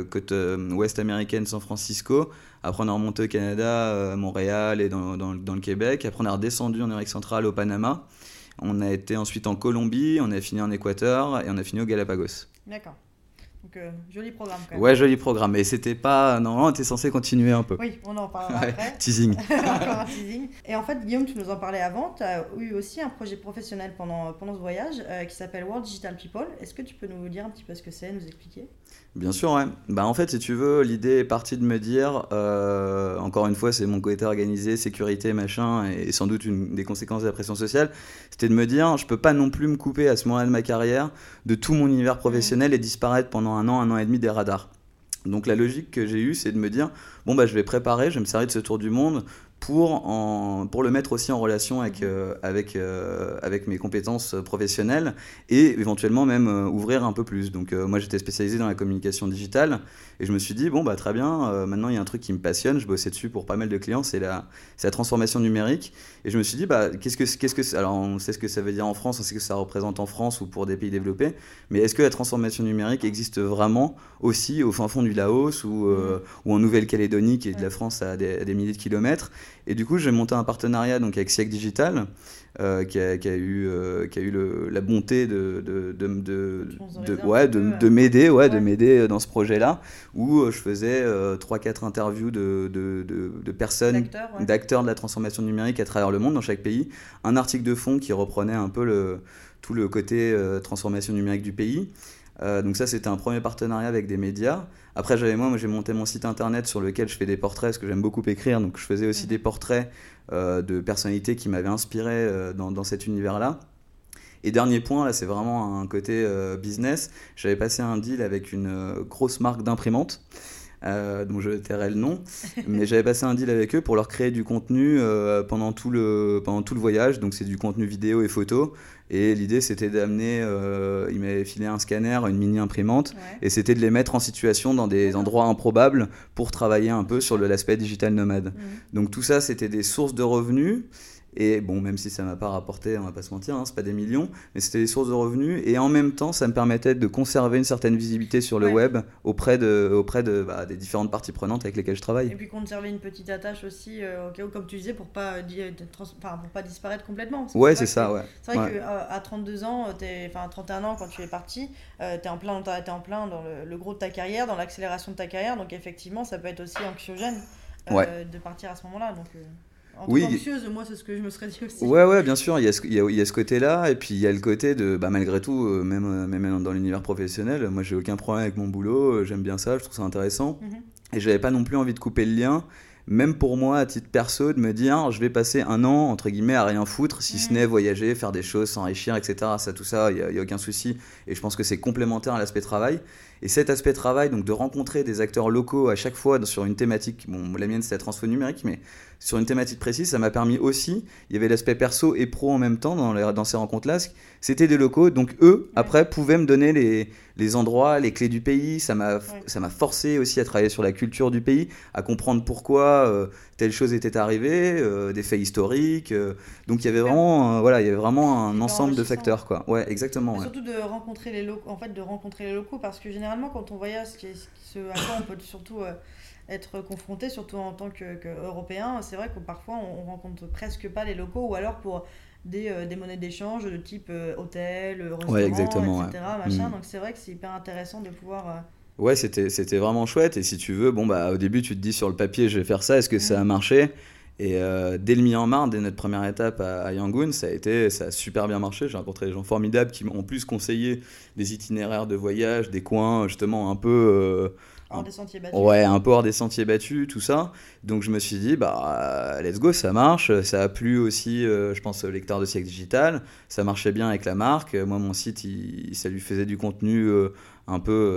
ouest américaine, San Francisco. Après on est remonté au Canada, Montréal et dans le Québec. Après on est redescendu en Amérique centrale au Panama. On a été ensuite en Colombie, on a fini en Équateur et on a fini au Galapagos. D'accord. Donc, joli programme quand même. Ouais, joli programme. Mais c'était pas. Normalement, on était censé continuer un peu. Oui, on en parlera après. Teasing. Encore un teasing. Et en fait, Guillaume, tu nous en parlais avant. Tu as eu aussi un projet professionnel pendant ce voyage qui s'appelle World Digital People. Est-ce que tu peux nous dire un petit peu ce que c'est, nous expliquer? Bien sûr, ouais. En fait, si tu veux, l'idée est partie de me dire, encore une fois, c'est mon côté organisé, sécurité, machin, et sans doute une des conséquences de la pression sociale, c'était de me dire, je peux pas non plus me couper à ce moment-là de ma carrière de tout mon univers professionnel et disparaître pendant 1 an et demi des radars. Donc la logique que j'ai eue, c'est de me dire, je vais préparer, je vais me servir de ce tour du monde pour le mettre aussi en relation avec mes compétences professionnelles et éventuellement même ouvrir un peu plus. Donc moi j'étais spécialisé dans la communication digitale et je me suis dit très bien, maintenant il y a un truc qui me passionne, je bossais dessus pour pas mal de clients, c'est la transformation numérique. Et je me suis dit alors on sait ce que ça veut dire en France, on sait ce que ça représente en France ou pour des pays développés, mais est-ce que la transformation numérique existe vraiment aussi au fin fond du Laos ou en Nouvelle-Calédonie qui est de la France à des milliers de kilomètres? Et du coup, j'ai monté un partenariat donc avec Siècle Digital, qui a eu la bonté de m'aider dans ce projet-là, où je faisais 3-4 interviews de personnes, d'acteurs de la transformation numérique à travers le monde, dans chaque pays, un article de fond qui reprenait un peu tout le côté transformation numérique du pays. Donc ça, c'était un premier partenariat avec des médias. Après, j'ai monté mon site internet sur lequel je fais des portraits, parce que j'aime beaucoup écrire, donc je faisais aussi des portraits de personnalités qui m'avaient inspiré dans cet univers-là. Et dernier point, là, c'est vraiment un côté business. J'avais passé un deal avec une grosse marque d'imprimante, dont je tairai le nom, mais j'avais passé un deal avec eux pour leur créer du contenu pendant tout le voyage. Donc c'est du contenu vidéo et photo. Et l'idée, c'était d'amener, ils m'avaient filé un scanner, une mini-imprimante, et c'était de les mettre en situation dans des endroits improbables pour travailler un peu sur l'aspect digital nomade. Donc tout ça, c'était des sources de revenus. Et bon, même si ça m'a pas rapporté, on va pas se mentir, hein, c'est pas des millions, mais c'était des sources de revenus. Et en même temps, ça me permettait de conserver une certaine visibilité sur le web auprès des différentes parties prenantes avec lesquelles je travaille. Et puis conserver une petite attache aussi, au cas où, comme tu disais, pour pas disparaître complètement. Ouais, c'est ça, ouais. C'est vrai qu'à 32 ans, 31 ans, quand tu es parti, t'es en plein dans le gros de ta carrière, dans l'accélération de ta carrière. Donc effectivement, ça peut être aussi anxiogène de partir à ce moment-là. Donc, en tant qu'anxieuse, moi, c'est ce que je me serais dit aussi. Ouais, bien sûr, il y a ce côté-là, et puis il y a le côté de, malgré tout, même dans l'univers professionnel, moi j'ai aucun problème avec mon boulot, j'aime bien ça, je trouve ça intéressant, et j'avais pas non plus envie de couper le lien, même pour moi, à titre perso, de me dire, je vais passer un an, entre guillemets, à rien foutre, si ce n'est voyager, faire des choses, s'enrichir, etc. Tout ça, il y a aucun souci, et je pense que c'est complémentaire à l'aspect travail. Et cet aspect travail, donc de rencontrer des acteurs locaux à chaque fois sur une thématique, bon, la mienne c'est la transfo numérique, mais sur une thématique précise, ça m'a permis aussi, il y avait l'aspect perso et pro en même temps dans ces rencontres-là, c'était des locaux, donc eux, après, pouvaient me donner les endroits, les clés du pays, ça m'a forcé aussi à travailler sur la culture du pays, à comprendre pourquoi telle chose était arrivée, des faits historiques, donc il y avait vraiment un ensemble de facteurs, quoi. Ouais, exactement. Ouais. Surtout de rencontrer les locaux, parce que généralement quand on voyage, ce à quoi on peut surtout être confronté, surtout en tant qu'Européen, c'est vrai que parfois on rencontre presque pas les locaux, ou alors pour des monnaies d'échange de type hôtel, restaurant, exactement, etc. Machin. Donc c'est vrai que c'est hyper intéressant de pouvoir... Ouais, c'était vraiment chouette, et si tu veux, au début tu te dis sur le papier je vais faire ça, est-ce que ça a marché ? Et dès le Myanmar, dès notre première étape à Yangon, ça a super bien marché. J'ai rencontré des gens formidables qui m'ont en plus conseillé des itinéraires de voyage, des coins justement un peu... hors des sentiers battus. Ouais, un peu hors des sentiers battus, tout ça. Donc je me suis dit, let's go, ça marche. Ça a plu aussi, je pense, au lecteur de Siècle Digital. Ça marchait bien avec la marque. Moi, mon site, ça lui faisait du contenu un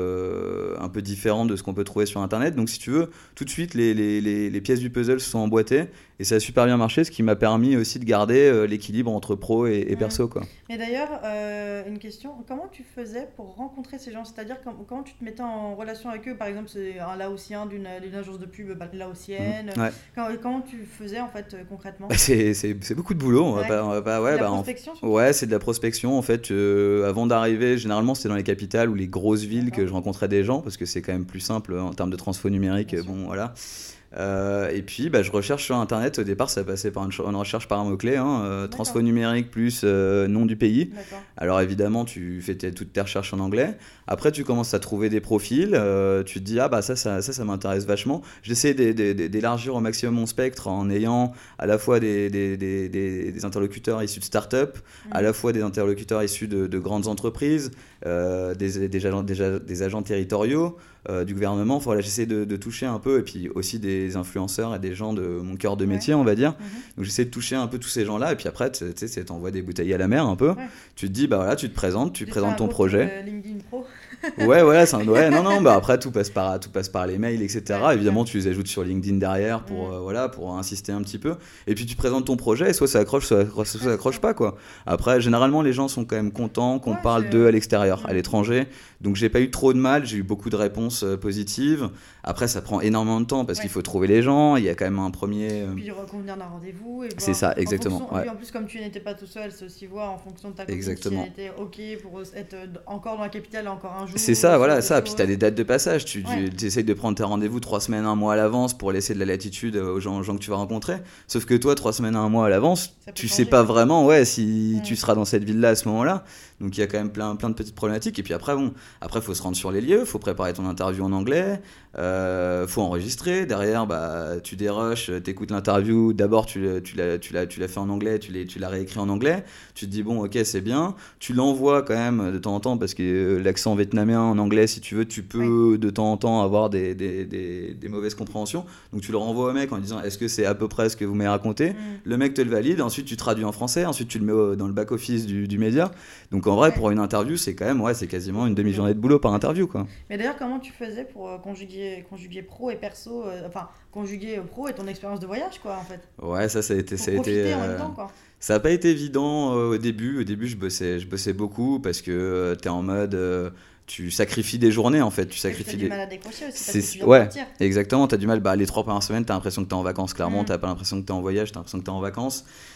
peu différent de ce qu'on peut trouver sur Internet. Donc si tu veux, tout de suite, les pièces du puzzle se sont emboîtées. Et ça a super bien marché, ce qui m'a permis aussi de garder l'équilibre entre pro et perso, quoi. Et d'ailleurs, une question, comment tu faisais pour rencontrer ces gens ? C'est-à-dire, comment tu te mettais en relation avec eux ? Par exemple, c'est un Laotien d'une agence de pub laotienne. Comment tu faisais, en fait, concrètement ? C'est beaucoup de boulot. On va pas, de la prospection, c'est de la prospection. En fait, avant d'arriver, généralement, c'était dans les capitales ou les grosses villes que je rencontrais des gens, parce que c'est quand même plus simple en termes de transfo numérique. Voilà. Et puis je recherche sur internet. Au départ ça passait par une recherche par un mot-clé, transfo numérique plus nom du pays. Alors évidemment tu fais toutes tes recherches en anglais. Après tu commences à trouver des profils, tu te dis ça m'intéresse vachement. J'essaie d'élargir au maximum mon spectre en ayant à la fois des interlocuteurs issus de start-up, à la fois des interlocuteurs issus de grandes entreprises, des agents territoriaux, du gouvernement. Voilà, j'essaie de toucher un peu, et puis aussi des influenceurs et des gens de mon cœur de métier, on va dire. Donc j'essaie de toucher un peu tous ces gens-là, et puis après t'envoies des bouteilles à la mer un peu. Tu te dis tu te présentes, tu présentes ton projet. LinkedIn Pro. Après tout passe par les mails, etc. Évidemment tu les ajoutes sur LinkedIn derrière pour insister un petit peu, et puis tu présentes ton projet, et soit ça accroche, soit ça accroche pas, quoi. Après généralement les gens sont quand même contents qu'on parle d'eux à l'extérieur, à l'étranger. Donc j'ai pas eu trop de mal, j'ai eu beaucoup de réponses positives. Après ça prend énormément de temps parce qu'il faut trouver les gens, il y a quand même un premier... Puis convenir d'un rendez-vous. C'est ça, exactement. En plus comme tu n'étais pas tout seul, c'est aussi voir en fonction de ta copine si elle était ok pour être encore dans la capitale encore un jour. C'est ça, voilà, ça. Puis t'as des dates de passage, tu essayes de prendre tes rendez-vous 3 semaines, 1 mois à l'avance pour laisser de la latitude aux gens que tu vas rencontrer. Sauf que toi, 3 semaines à 1 mois à l'avance, tu sais pas vraiment si tu seras dans cette ville-là à ce moment-là. Donc il y a quand même plein de petites problématiques. Et puis après faut se rendre sur les lieux, faut préparer ton interview en anglais, faut enregistrer. Derrière, tu dérushes, t'écoutes l'interview. D'abord tu l'as fait en anglais, tu l'as réécrit en anglais. Tu te dis bon, ok, c'est bien. Tu l'envoies quand même de temps en temps, parce que l'accent vietnamien en anglais, si tu veux, tu peux de temps en temps avoir des mauvaises compréhensions. Donc tu le renvoies au mec en disant est-ce que c'est à peu près ce que vous m'avez raconté. Le mec te le valide, ensuite tu traduis en français, ensuite tu le mets dans le back-office du média. Donc en vrai, pour une interview, c'est quand même c'est quasiment une demi-journée de boulot par interview, quoi. Mais d'ailleurs, comment tu faisais pour conjuguer pro et perso, conjuguer pro et ton expérience de voyage, quoi, en fait. Ouais, ça a été profiter en même temps, quoi. Ça n'a pas été évident au début. Au début, je bossais beaucoup parce que t'es en mode tu sacrifies des journées, en fait. Tu sacrifies du mal à décrocher aussi, parce que tu viens de partir. Exactement, t'as du mal. Les 3 premières semaines, t'as l'impression que t'es en vacances, clairement. T'as pas l'impression que t'es en voyage, t'as l'impression que t'es en vacances.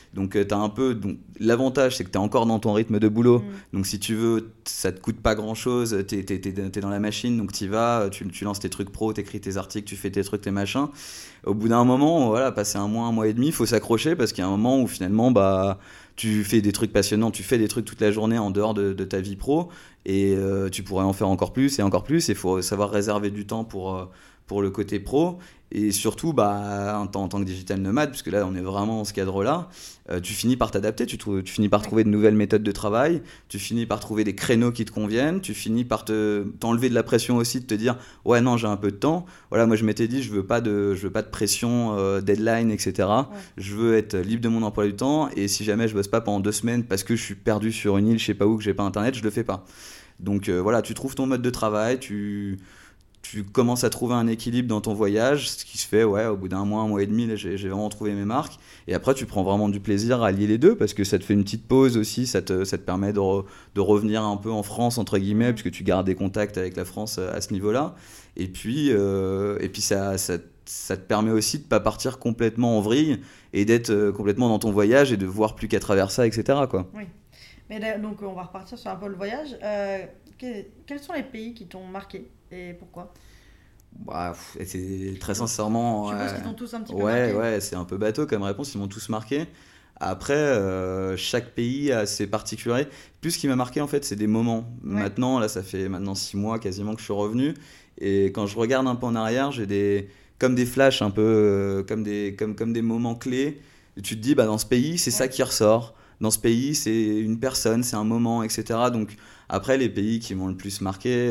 Donc t'as un peu, donc, l'avantage c'est que t'es encore dans ton rythme de boulot, donc si tu veux, ça te coûte pas grand chose, t'es dans la machine, donc t'y vas, tu lances tes trucs pro, t'écris tes articles, tu fais tes trucs, tes machins. Au bout d'un moment, voilà, passer un mois et demi, il faut s'accrocher parce qu'il y a un moment où finalement, bah, tu fais des trucs passionnants, tu fais des trucs toute la journée en dehors de ta vie pro, et tu pourrais en faire encore plus, et il faut savoir réserver du temps pour le côté pro. Et surtout, bah, en tant que digital nomade, puisque là on est vraiment dans ce cadre-là, tu finis par t'adapter, tu finis par trouver de nouvelles méthodes de travail, tu finis par trouver des créneaux qui te conviennent, tu finis par t'enlever de la pression aussi, de te dire ouais non j'ai un peu de temps. Voilà, moi je m'étais dit je veux pas de pression, deadline, etc. Ouais. Je veux être libre de mon emploi du temps, et si jamais je bosse pas pendant 2 semaines parce que je suis perdu sur une île, je sais pas où, que j'ai pas internet, je le fais pas. Donc voilà, tu trouves ton mode de travail, tu commences à trouver un équilibre dans ton voyage, ce qui se fait au bout d'un mois et demi, là, j'ai vraiment trouvé mes marques. Et après, tu prends vraiment du plaisir à allier les deux, parce que ça te fait une petite pause aussi, ça te permet de revenir un peu en France, entre guillemets, puisque tu gardes des contacts avec la France à ce niveau-là. Et puis ça te permet aussi de ne pas partir complètement en vrille, et d'être complètement dans ton voyage, et de voir plus qu'à travers ça, etc. quoi. Oui. Mais là, donc, on va repartir sur un peu le voyage. Quels sont les pays qui t'ont marqué et pourquoi ? Bah, c'est très sincèrement. Je suppose qu'ils t'ont tous un petit peu marqué. Ouais, c'est un peu bateau comme réponse, ils m'ont tous marqué. Après, chaque pays a ses particularités. Plus ce qui m'a marqué, en fait, c'est des moments. Ouais. Maintenant, là, ça fait 6 mois quasiment que je suis revenu. Et quand je regarde un peu en arrière, j'ai comme des flashs, un peu comme des moments clés. Et tu te dis, bah, dans ce pays, c'est ça qui ressort. Dans ce pays, c'est une personne, c'est un moment, etc. Donc, après, les pays qui m'ont le plus marqué,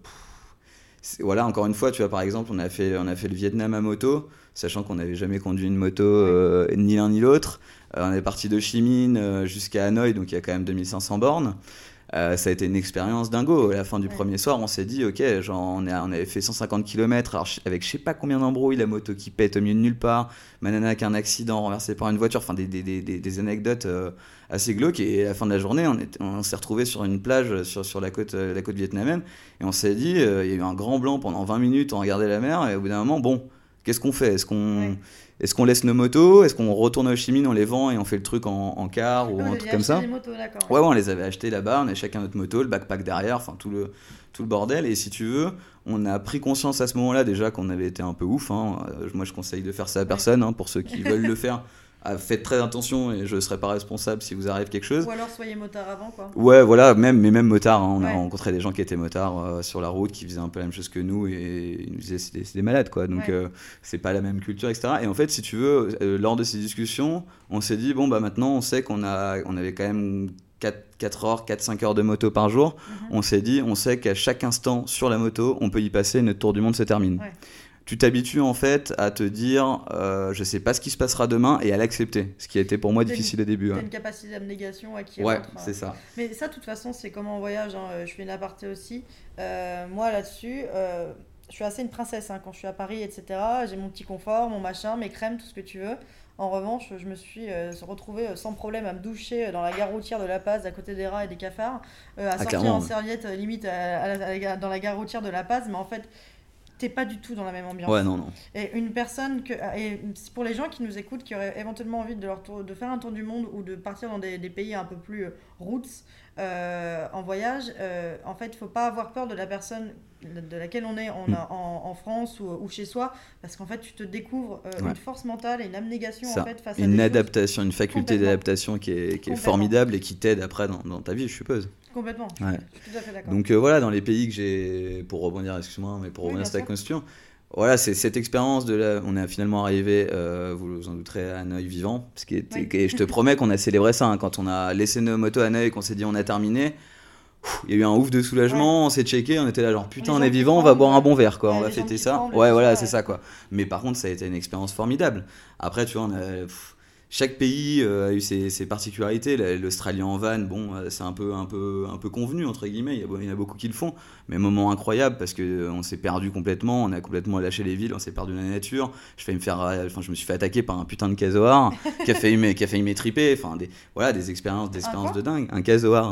voilà, encore une fois, tu vois, par exemple, on a fait le Vietnam à moto, sachant qu'on n'avait jamais conduit une moto, ni l'un ni l'autre. On est parti de Ho Chi Minh jusqu'à Hanoï, donc il y a quand même 2500 bornes. Ça a été une expérience dingo. À la fin du premier soir, on s'est dit, ok, genre, on avait fait 150 km, alors, avec je sais pas combien d'embrouilles, la moto qui pète au milieu de nulle part, ma nana avec un accident, renversée par une voiture, enfin des anecdotes assez glauques. Et à la fin de la journée, on s'est retrouvés sur une plage sur la côte vietnamienne, et on s'est dit, il y a eu un grand blanc pendant 20 minutes, on regardait la mer, et au bout d'un moment, bon, qu'est-ce qu'on fait ? Est-ce qu'on laisse nos motos ? Est-ce qu'on retourne à Ho Chi Minh, on les vend et on fait le truc en car ou un truc comme ça ? Les motos, d'accord. Ouais, on les avait achetées là-bas, on avait chacun notre moto, le backpack derrière, enfin tout le bordel. Et si tu veux, on a pris conscience à ce moment-là déjà qu'on avait été un peu ouf. Hein. Moi, je conseille de faire ça à personne, hein, pour ceux qui veulent le faire. Faites très attention, et je ne serai pas responsable si vous arrive quelque chose. Ou alors soyez motard avant, quoi. Ouais, voilà, même motard. Hein. On a rencontré des gens qui étaient motards sur la route, qui faisaient un peu la même chose que nous, et ils nous disaient c'est des malades, quoi. Donc c'est pas la même culture, etc. Et en fait, si tu veux, lors de ces discussions, on s'est dit, bon, bah maintenant, on sait qu'on avait quand même 4-5 heures de moto par jour. On s'est dit, on sait qu'à chaque instant sur la moto, on peut y passer, notre tour du monde se termine. Ouais. Tu t'habitues en fait à te dire je sais pas ce qui se passera demain, et à l'accepter, ce qui a été pour moi difficile au début. T'as une capacité d'abnégation qui rentre, c'est ça. Mais ça, de toute façon, c'est comme en voyage, hein. Je fais une aparté aussi. Moi là-dessus, je suis assez une princesse, hein. Quand je suis à Paris, etc. J'ai mon petit confort, mon machin, mes crèmes, tout ce que tu veux. En revanche, je me suis retrouvée sans problème à me doucher dans la gare routière de La Paz, à côté des rats et des cafards, à sortir en serviette limite dans la gare routière de La Paz, mais en fait, t'es pas du tout dans la même ambiance. Ouais, non. Et une personne et pour les gens qui nous écoutent, qui auraient éventuellement envie de faire un tour du monde ou de partir dans des pays un peu plus roots en voyage, en fait, il faut pas avoir peur de la personne de laquelle on est en France ou chez soi, parce qu'en fait, tu te découvres une force mentale et une abnégation en fait, face à une adaptation, une faculté d'adaptation qui est formidable, et qui t'aide après dans ta vie, je suppose. Complètement, ouais. Je suis tout à fait d'accord. Donc voilà, dans les pays que j'ai, pour rebondir, excuse-moi, mais pour revenir sur ta question, voilà, c'est cette expérience on est finalement arrivé, vous vous en douterez, à Hanoï vivant, et je te promets qu'on a célébré ça, hein, quand on a laissé nos motos à Hanoï et qu'on s'est dit on a terminé. Il y a eu un ouf de soulagement, on s'est checké, on était là genre putain on est vivant, on va boire un bon verre, quoi, on va fêter ça. Ouais, voilà, c'est ça, quoi. Mais par contre, ça a été une expérience formidable. Après, tu vois, chaque pays a eu ses particularités. L'Australie en van, bon, c'est un peu convenu, entre guillemets. Il y en a beaucoup qui le font. Mais moment incroyable, parce qu'on s'est perdu complètement. On a complètement lâché les villes, on s'est perdu dans la nature. Je me suis fait attaquer par un putain de casoar qui a failli m'étriper. Enfin, des expériences de dingue. Un casoar. C'est quoi ?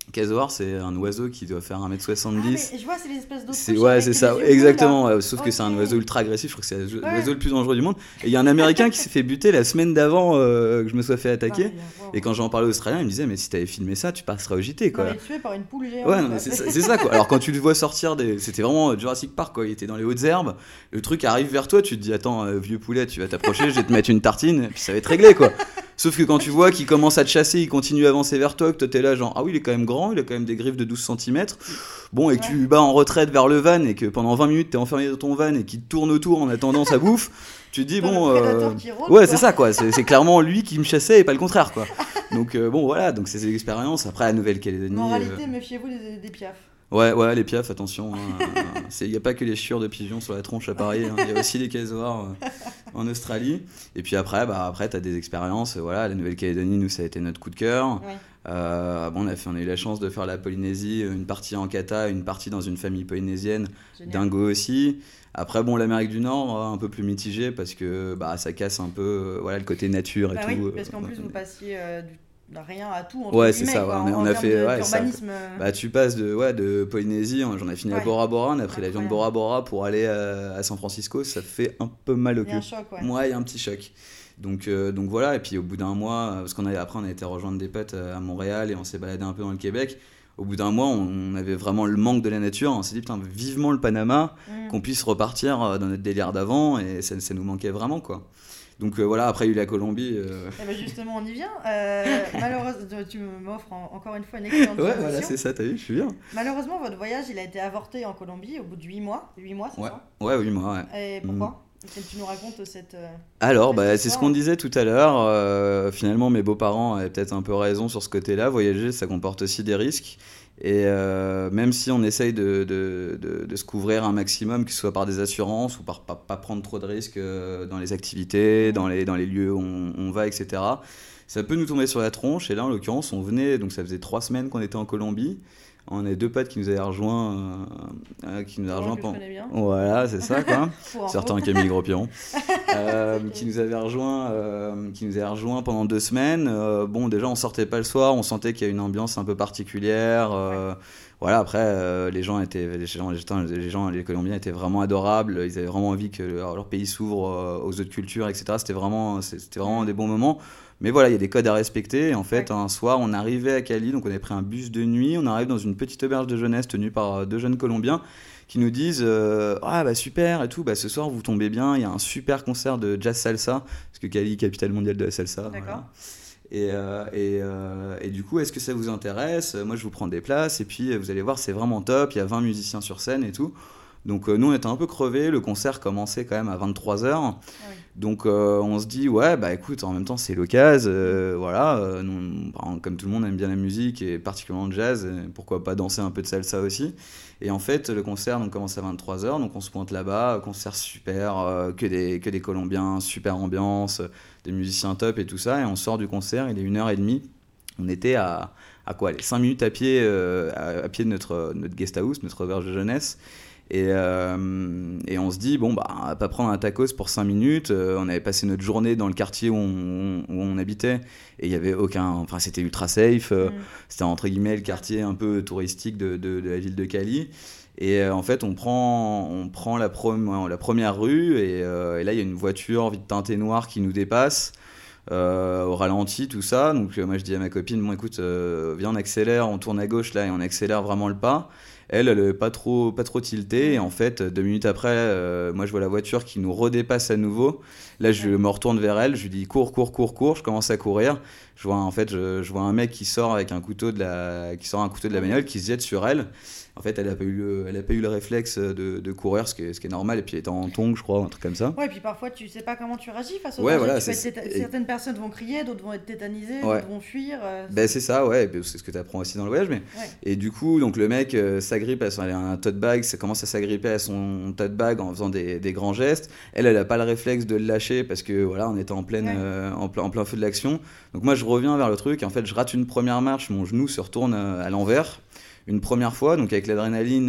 Casoar, c'est un oiseau qui doit faire 1m70. Mais je vois, c'est les espèces d'autruches. C'est ça, exactement. Sauf que c'est un oiseau ultra agressif. Je crois que c'est l'oiseau le plus dangereux du monde. Et il y a un Américain qui s'est fait buter la semaine d'avant que je me sois fait attaquer. Et quand j'en parlais aux Australiens, il me disait, mais si t'avais filmé ça, tu passerais au JT, quoi. Il est tué par une poule géante. Ouais, non, mais c'est ça, quoi. Alors quand tu le vois sortir, c'était vraiment Jurassic Park, quoi. Il était dans les hautes herbes. Le truc arrive vers toi, tu te dis, attends, vieux poulet, tu vas t'approcher, je vais te mettre une tartine, et puis ça va être réglé, quoi. Sauf que quand tu vois qu'il commence à te chasser, il continue à avancer vers toi, que toi t'es là, genre, ah oui, il est quand même grand, il a quand même des griffes de 12 cm. Bon, et que tu bats en retraite vers le van, et que pendant 20 minutes t'es enfermé dans ton van, et qu'il tourne autour en attendant sa bouffe, tu te dis, bon. Ouais, c'est ça, quoi. C'est clairement lui qui me chassait et pas le contraire, quoi. Donc, bon, voilà, donc c'est des expériences. Après, la Nouvelle-Calédonie. Moralité, méfiez-vous des piafs. Ouais, les piafs, attention. Il n'y a pas que les chiures de pigeons sur la tronche à Paris, il y a aussi les casoars en Australie. Et puis après, tu as des expériences. Voilà, la Nouvelle-Calédonie, nous, ça a été notre coup de cœur. Ouais. On a eu la chance de faire la Polynésie, une partie en kata, une partie dans une famille polynésienne, dingo aussi. Après, l'Amérique du Nord, un peu plus mitigé parce que ça casse un peu le côté nature et tout. Oui, parce qu'en plus, vous passiez rien à tout. Ouais, c'est ça. Quoi, on a fait. Tu passes de Polynésie, j'en ai fini à Bora Bora, on a pris l'avion de Bora Bora pour aller à San Francisco. Ça fait un peu mal au cul. Il y a un choc, il y a un petit choc. Donc voilà, et puis au bout d'un mois, parce après on a été rejoindre des potes à Montréal et on s'est baladé un peu dans le Québec. Au bout d'un mois, on avait vraiment le manque de la nature. On s'est dit, putain, vivement le Panama, qu'on puisse repartir dans notre délire d'avant, et ça nous manquait vraiment, quoi. Donc voilà, après il y a eu la Colombie. Justement, on y vient. Malheureusement, tu m'offres encore une fois une excellente transition. Ouais, voilà, c'est ça, t'as vu, je suis bien. Malheureusement, votre voyage, il a été avorté en Colombie au bout de 8 mois. 8 mois, c'est ça ? Ouais, 8 mois, ouais. Et pourquoi ? Est-ce que tu nous racontes cette... Alors, c'est ce qu'on disait tout à l'heure. Finalement, mes beaux-parents avaient peut-être un peu raison sur ce côté-là. Voyager, ça comporte aussi des risques. Et même si on essaye de se couvrir un maximum, que ce soit par des assurances ou par pas prendre trop de risques dans les activités, dans les lieux où on va, etc., ça peut nous tomber sur la tronche. Et là, en l'occurrence, on venait, donc ça faisait 3 semaines qu'on était en Colombie. On a 2 potes qui nous avaient rejoints. Voilà, c'est ça, quoi. Certains Camille Gros-Piron. qui nous avaient rejoints pendant 2 semaines. Déjà, on sortait pas le soir. On sentait qu'il y a une ambiance un peu particulière. Après, les Colombiens étaient vraiment adorables. Ils avaient vraiment envie que leur pays s'ouvre aux autres cultures, etc. C'était vraiment des bons moments. Mais voilà, il y a des codes à respecter. Et en fait, un soir, on arrivait à Cali, donc on avait pris un bus de nuit. On arrive dans une petite auberge de jeunesse tenue par 2 jeunes Colombiens qui nous disent super et tout, ce soir vous tombez bien, il y a un super concert de jazz salsa, parce que Cali, capitale mondiale de la salsa. D'accord. Voilà. Et du coup, est-ce que ça vous intéresse ? Moi, je vous prends des places, et puis vous allez voir, c'est vraiment top. Il y a 20 musiciens sur scène et tout. Donc nous, on était un peu crevés. Le concert commençait quand même à 23h. Donc on se dit, écoute, en même temps, c'est l'occasion. Nous, comme tout le monde, aime bien la musique, et particulièrement le jazz. Pourquoi pas danser un peu de salsa aussi ? Et en fait, le concert commence à 23h. Donc on se pointe là-bas. Concert super, que des Colombiens, super ambiance, des musiciens top et tout ça. Et on sort du concert, il est 1h30. On était à 5 minutes à pied de notre guest house, notre auberge de jeunesse. Et on se dit, on va pas prendre un tacos pour 5 minutes. On avait passé notre journée dans le quartier où on habitait, et il y avait c'était ultra safe. C'était entre guillemets le quartier un peu touristique de la ville de Cali. Et en fait, on prend la première rue, et là, il y a une voiture vite teintée noire qui nous dépasse. Au ralenti, tout ça. Donc moi je dis à ma copine, écoute, viens, on accélère, on tourne à gauche là, et on accélère vraiment le pas. Elle est pas trop tiltée, et en fait 2 minutes après, moi je vois la voiture qui nous redépasse à nouveau. Là je me retourne vers elle, je lui dis cours, je commence à courir. Je vois un mec qui sort avec un couteau de la bagnole, qui se jette sur elle. En fait, elle a pas eu le réflexe de courir, ce qui est normal, et puis elle était en tongs, je crois, un truc comme ça. Ouais, et puis parfois tu sais pas comment tu réagis face au danger. Voilà, certaines personnes vont crier, d'autres vont être tétanisées, d'autres vont fuir. C'est ça, c'est ce que tu apprends aussi dans le voyage. Et du coup, donc le mec s'agrippe à un tote bag, ça commence à s'agripper à son tote bag en faisant des grands gestes. Elle a pas le réflexe de le lâcher, parce que on était en plein feu de l'action. Donc moi je reviens vers le truc, et en fait je rate une première marche, mon genou se retourne à l'envers. Une première fois, donc avec l'adrénaline,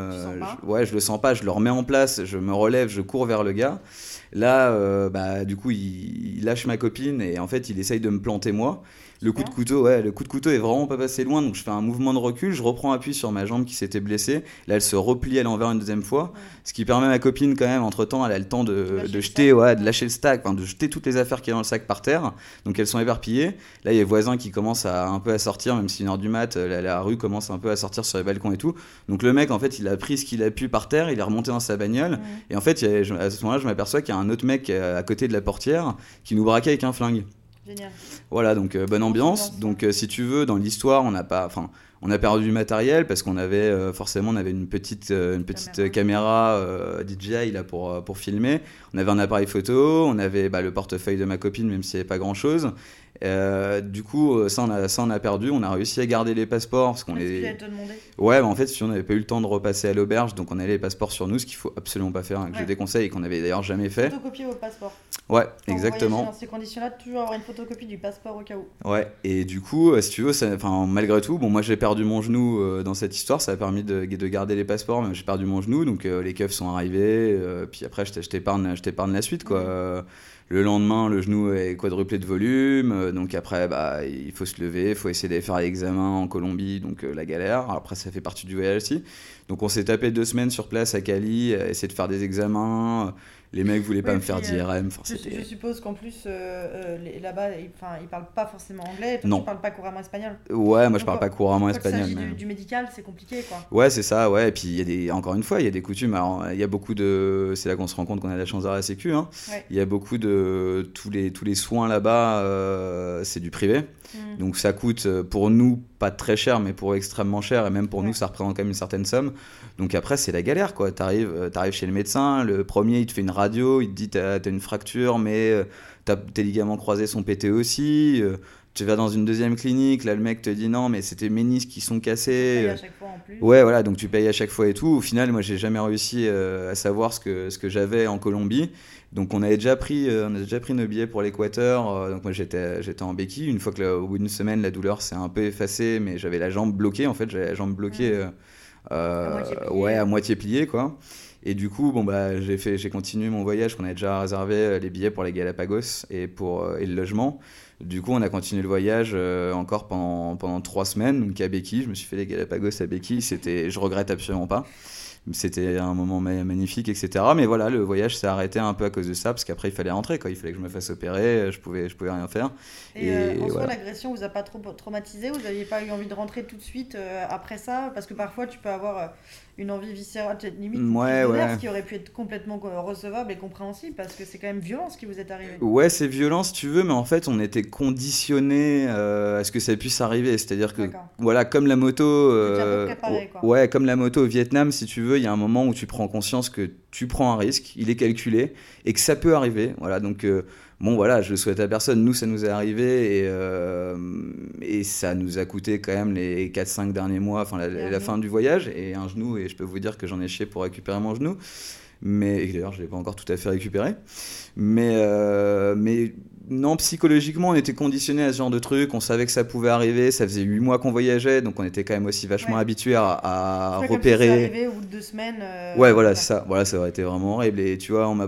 je le sens pas, je le remets en place, je me relève, je cours vers le gars. Là, du coup, il lâche ma copine, et en fait, il essaye de me planter moi. Le coup de couteau, ouais, le coup de couteau est vraiment pas passé loin, donc je fais un mouvement de recul, je reprends appui sur ma jambe qui s'était blessée. Là, elle se replie à l'envers une deuxième fois, ce qui permet à ma copine quand même, entre-temps, elle a le temps de jeter, de lâcher le sac, de jeter toutes les affaires qu'il y a dans le sac par terre. Donc elles sont éparpillées. Là, il y a les voisins qui commencent un peu à sortir, même si 1h du mat, la rue commence un peu à sortir sur les balcons et tout. Donc le mec, en fait, il a pris ce qu'il a pu par terre, il est remonté dans sa bagnole. Et en fait, à ce moment-là, je m'aperçois qu'il y a un autre mec à côté de la portière qui nous braquait avec un flingue. Génial. Voilà, donc bonne ambiance. Donc si tu veux, dans l'histoire, on a perdu du matériel parce qu'on avait forcément une petite caméra DJI là pour filmer. On avait un appareil photo, on avait le portefeuille de ma copine même s'il n'y avait pas grand chose. Du coup, ça on a perdu. On a réussi à garder les passeports parce qu'on les. Tu te demander. Ouais, en fait, si on n'avait pas eu le temps de repasser à l'auberge, donc on avait les passeports sur nous, ce qu'il faut absolument pas faire, que je déconseille et qu'on avait d'ailleurs jamais fait. Photocopier vos passeports. Ouais, quand exactement. Dans ces conditions-là, toujours avoir une photocopie du passeport au cas où. Ouais, et du coup, si tu veux, malgré tout, bon, moi j'ai perdu mon genou dans cette histoire, ça a permis de garder les passeports, mais j'ai perdu mon genou, donc les keufs sont arrivés, puis après je t'épargne la suite, quoi. Le lendemain, le genou est quadruplé de volume, donc après, il faut se lever, il faut essayer d'aller faire l'examen en Colombie, donc la galère. Alors après, ça fait partie du voyage aussi. Donc on s'est tapé 2 semaines sur place à Cali, essayer de faire des examens. Les mecs voulaient pas me faire d'IRM. Je suppose qu'en plus, là-bas, ils parlent pas forcément anglais. Toi, non. Tu parles pas couramment espagnol. Ouais, moi je parle pas couramment espagnol. Quand il s'agit du médical, c'est compliqué, quoi. Ouais, c'est ça, ouais. Et puis encore une fois, il y a des coutumes. Alors, il y a beaucoup de. C'est là qu'on se rend compte qu'on a de la chance d'avoir la Sécu. Hein. Ouais. Il y a beaucoup de. Tous les soins là-bas, c'est du privé. Donc ça coûte pour nous pas très cher, mais pour eux extrêmement cher. Et même pour nous, ça représente quand même une certaine somme. Donc après, c'est la galère, quoi. T'arrives chez le médecin, le premier, il te fait une radio, il te dit t'as une fracture, mais tes ligaments croisés sont pétés aussi. Tu vas dans une deuxième clinique, là le mec te dit non, mais c'est tes ménisques qui sont cassés. Tu payes à chaque fois en plus. Ouais, voilà, donc tu payes à chaque fois et tout. Au final, moi, j'ai jamais réussi à savoir ce que j'avais en Colombie. Donc on a déjà pris nos billets pour l'Équateur. Donc moi j'étais en béquille. Une fois au bout d'une semaine, la douleur s'est un peu effacée, mais j'avais la jambe bloquée. En fait, j'avais la jambe bloquée, à moitié pliée, quoi. Et du coup, j'ai continué mon voyage. On avait déjà réservé les billets pour les Galapagos et le logement. Du coup, on a continué le voyage encore pendant 3 semaines. Donc à Béquille, je me suis fait les Galapagos à Béquille. Je regrette absolument pas. C'était un moment magnifique, etc. Mais voilà, le voyage s'est arrêté un peu à cause de ça, parce qu'après il fallait rentrer, quoi. Il fallait que je me fasse opérer, je pouvais rien faire. Et en soi, l'agression vous a pas trop traumatisé? Vous n'aviez pas eu envie de rentrer tout de suite après ça? Parce que parfois tu peux avoir une envie viscérale, limite ce qui aurait pu être complètement recevable et compréhensible, parce que c'est quand même violent ce qui vous est arrivé. Ouais, c'est violent si tu veux, mais en fait on était conditionnés à ce que ça puisse arriver. C'est-à-dire que, voilà, comme la moto, comme la moto au Vietnam, si tu veux, il y a un moment où tu prends conscience que tu prends un risque, il est calculé, et que ça peut arriver. Voilà, donc je le souhaite à personne. Nous, ça nous est arrivé, et ça nous a coûté quand même les 4-5 derniers mois, la fin du voyage, et un genou, et je peux vous dire que j'en ai chié pour récupérer mon genou. Et d'ailleurs, je ne l'ai pas encore tout à fait récupéré. Mais non, psychologiquement, on était conditionnés à ce genre de truc. On savait que ça pouvait arriver. Ça faisait 8 mois qu'on voyait, donc on était quand même aussi vachement habitués à repérer. Comme si ça arrivait au bout de 2 semaines. C'est ça. Voilà, ça aurait été vraiment horrible. Et tu vois,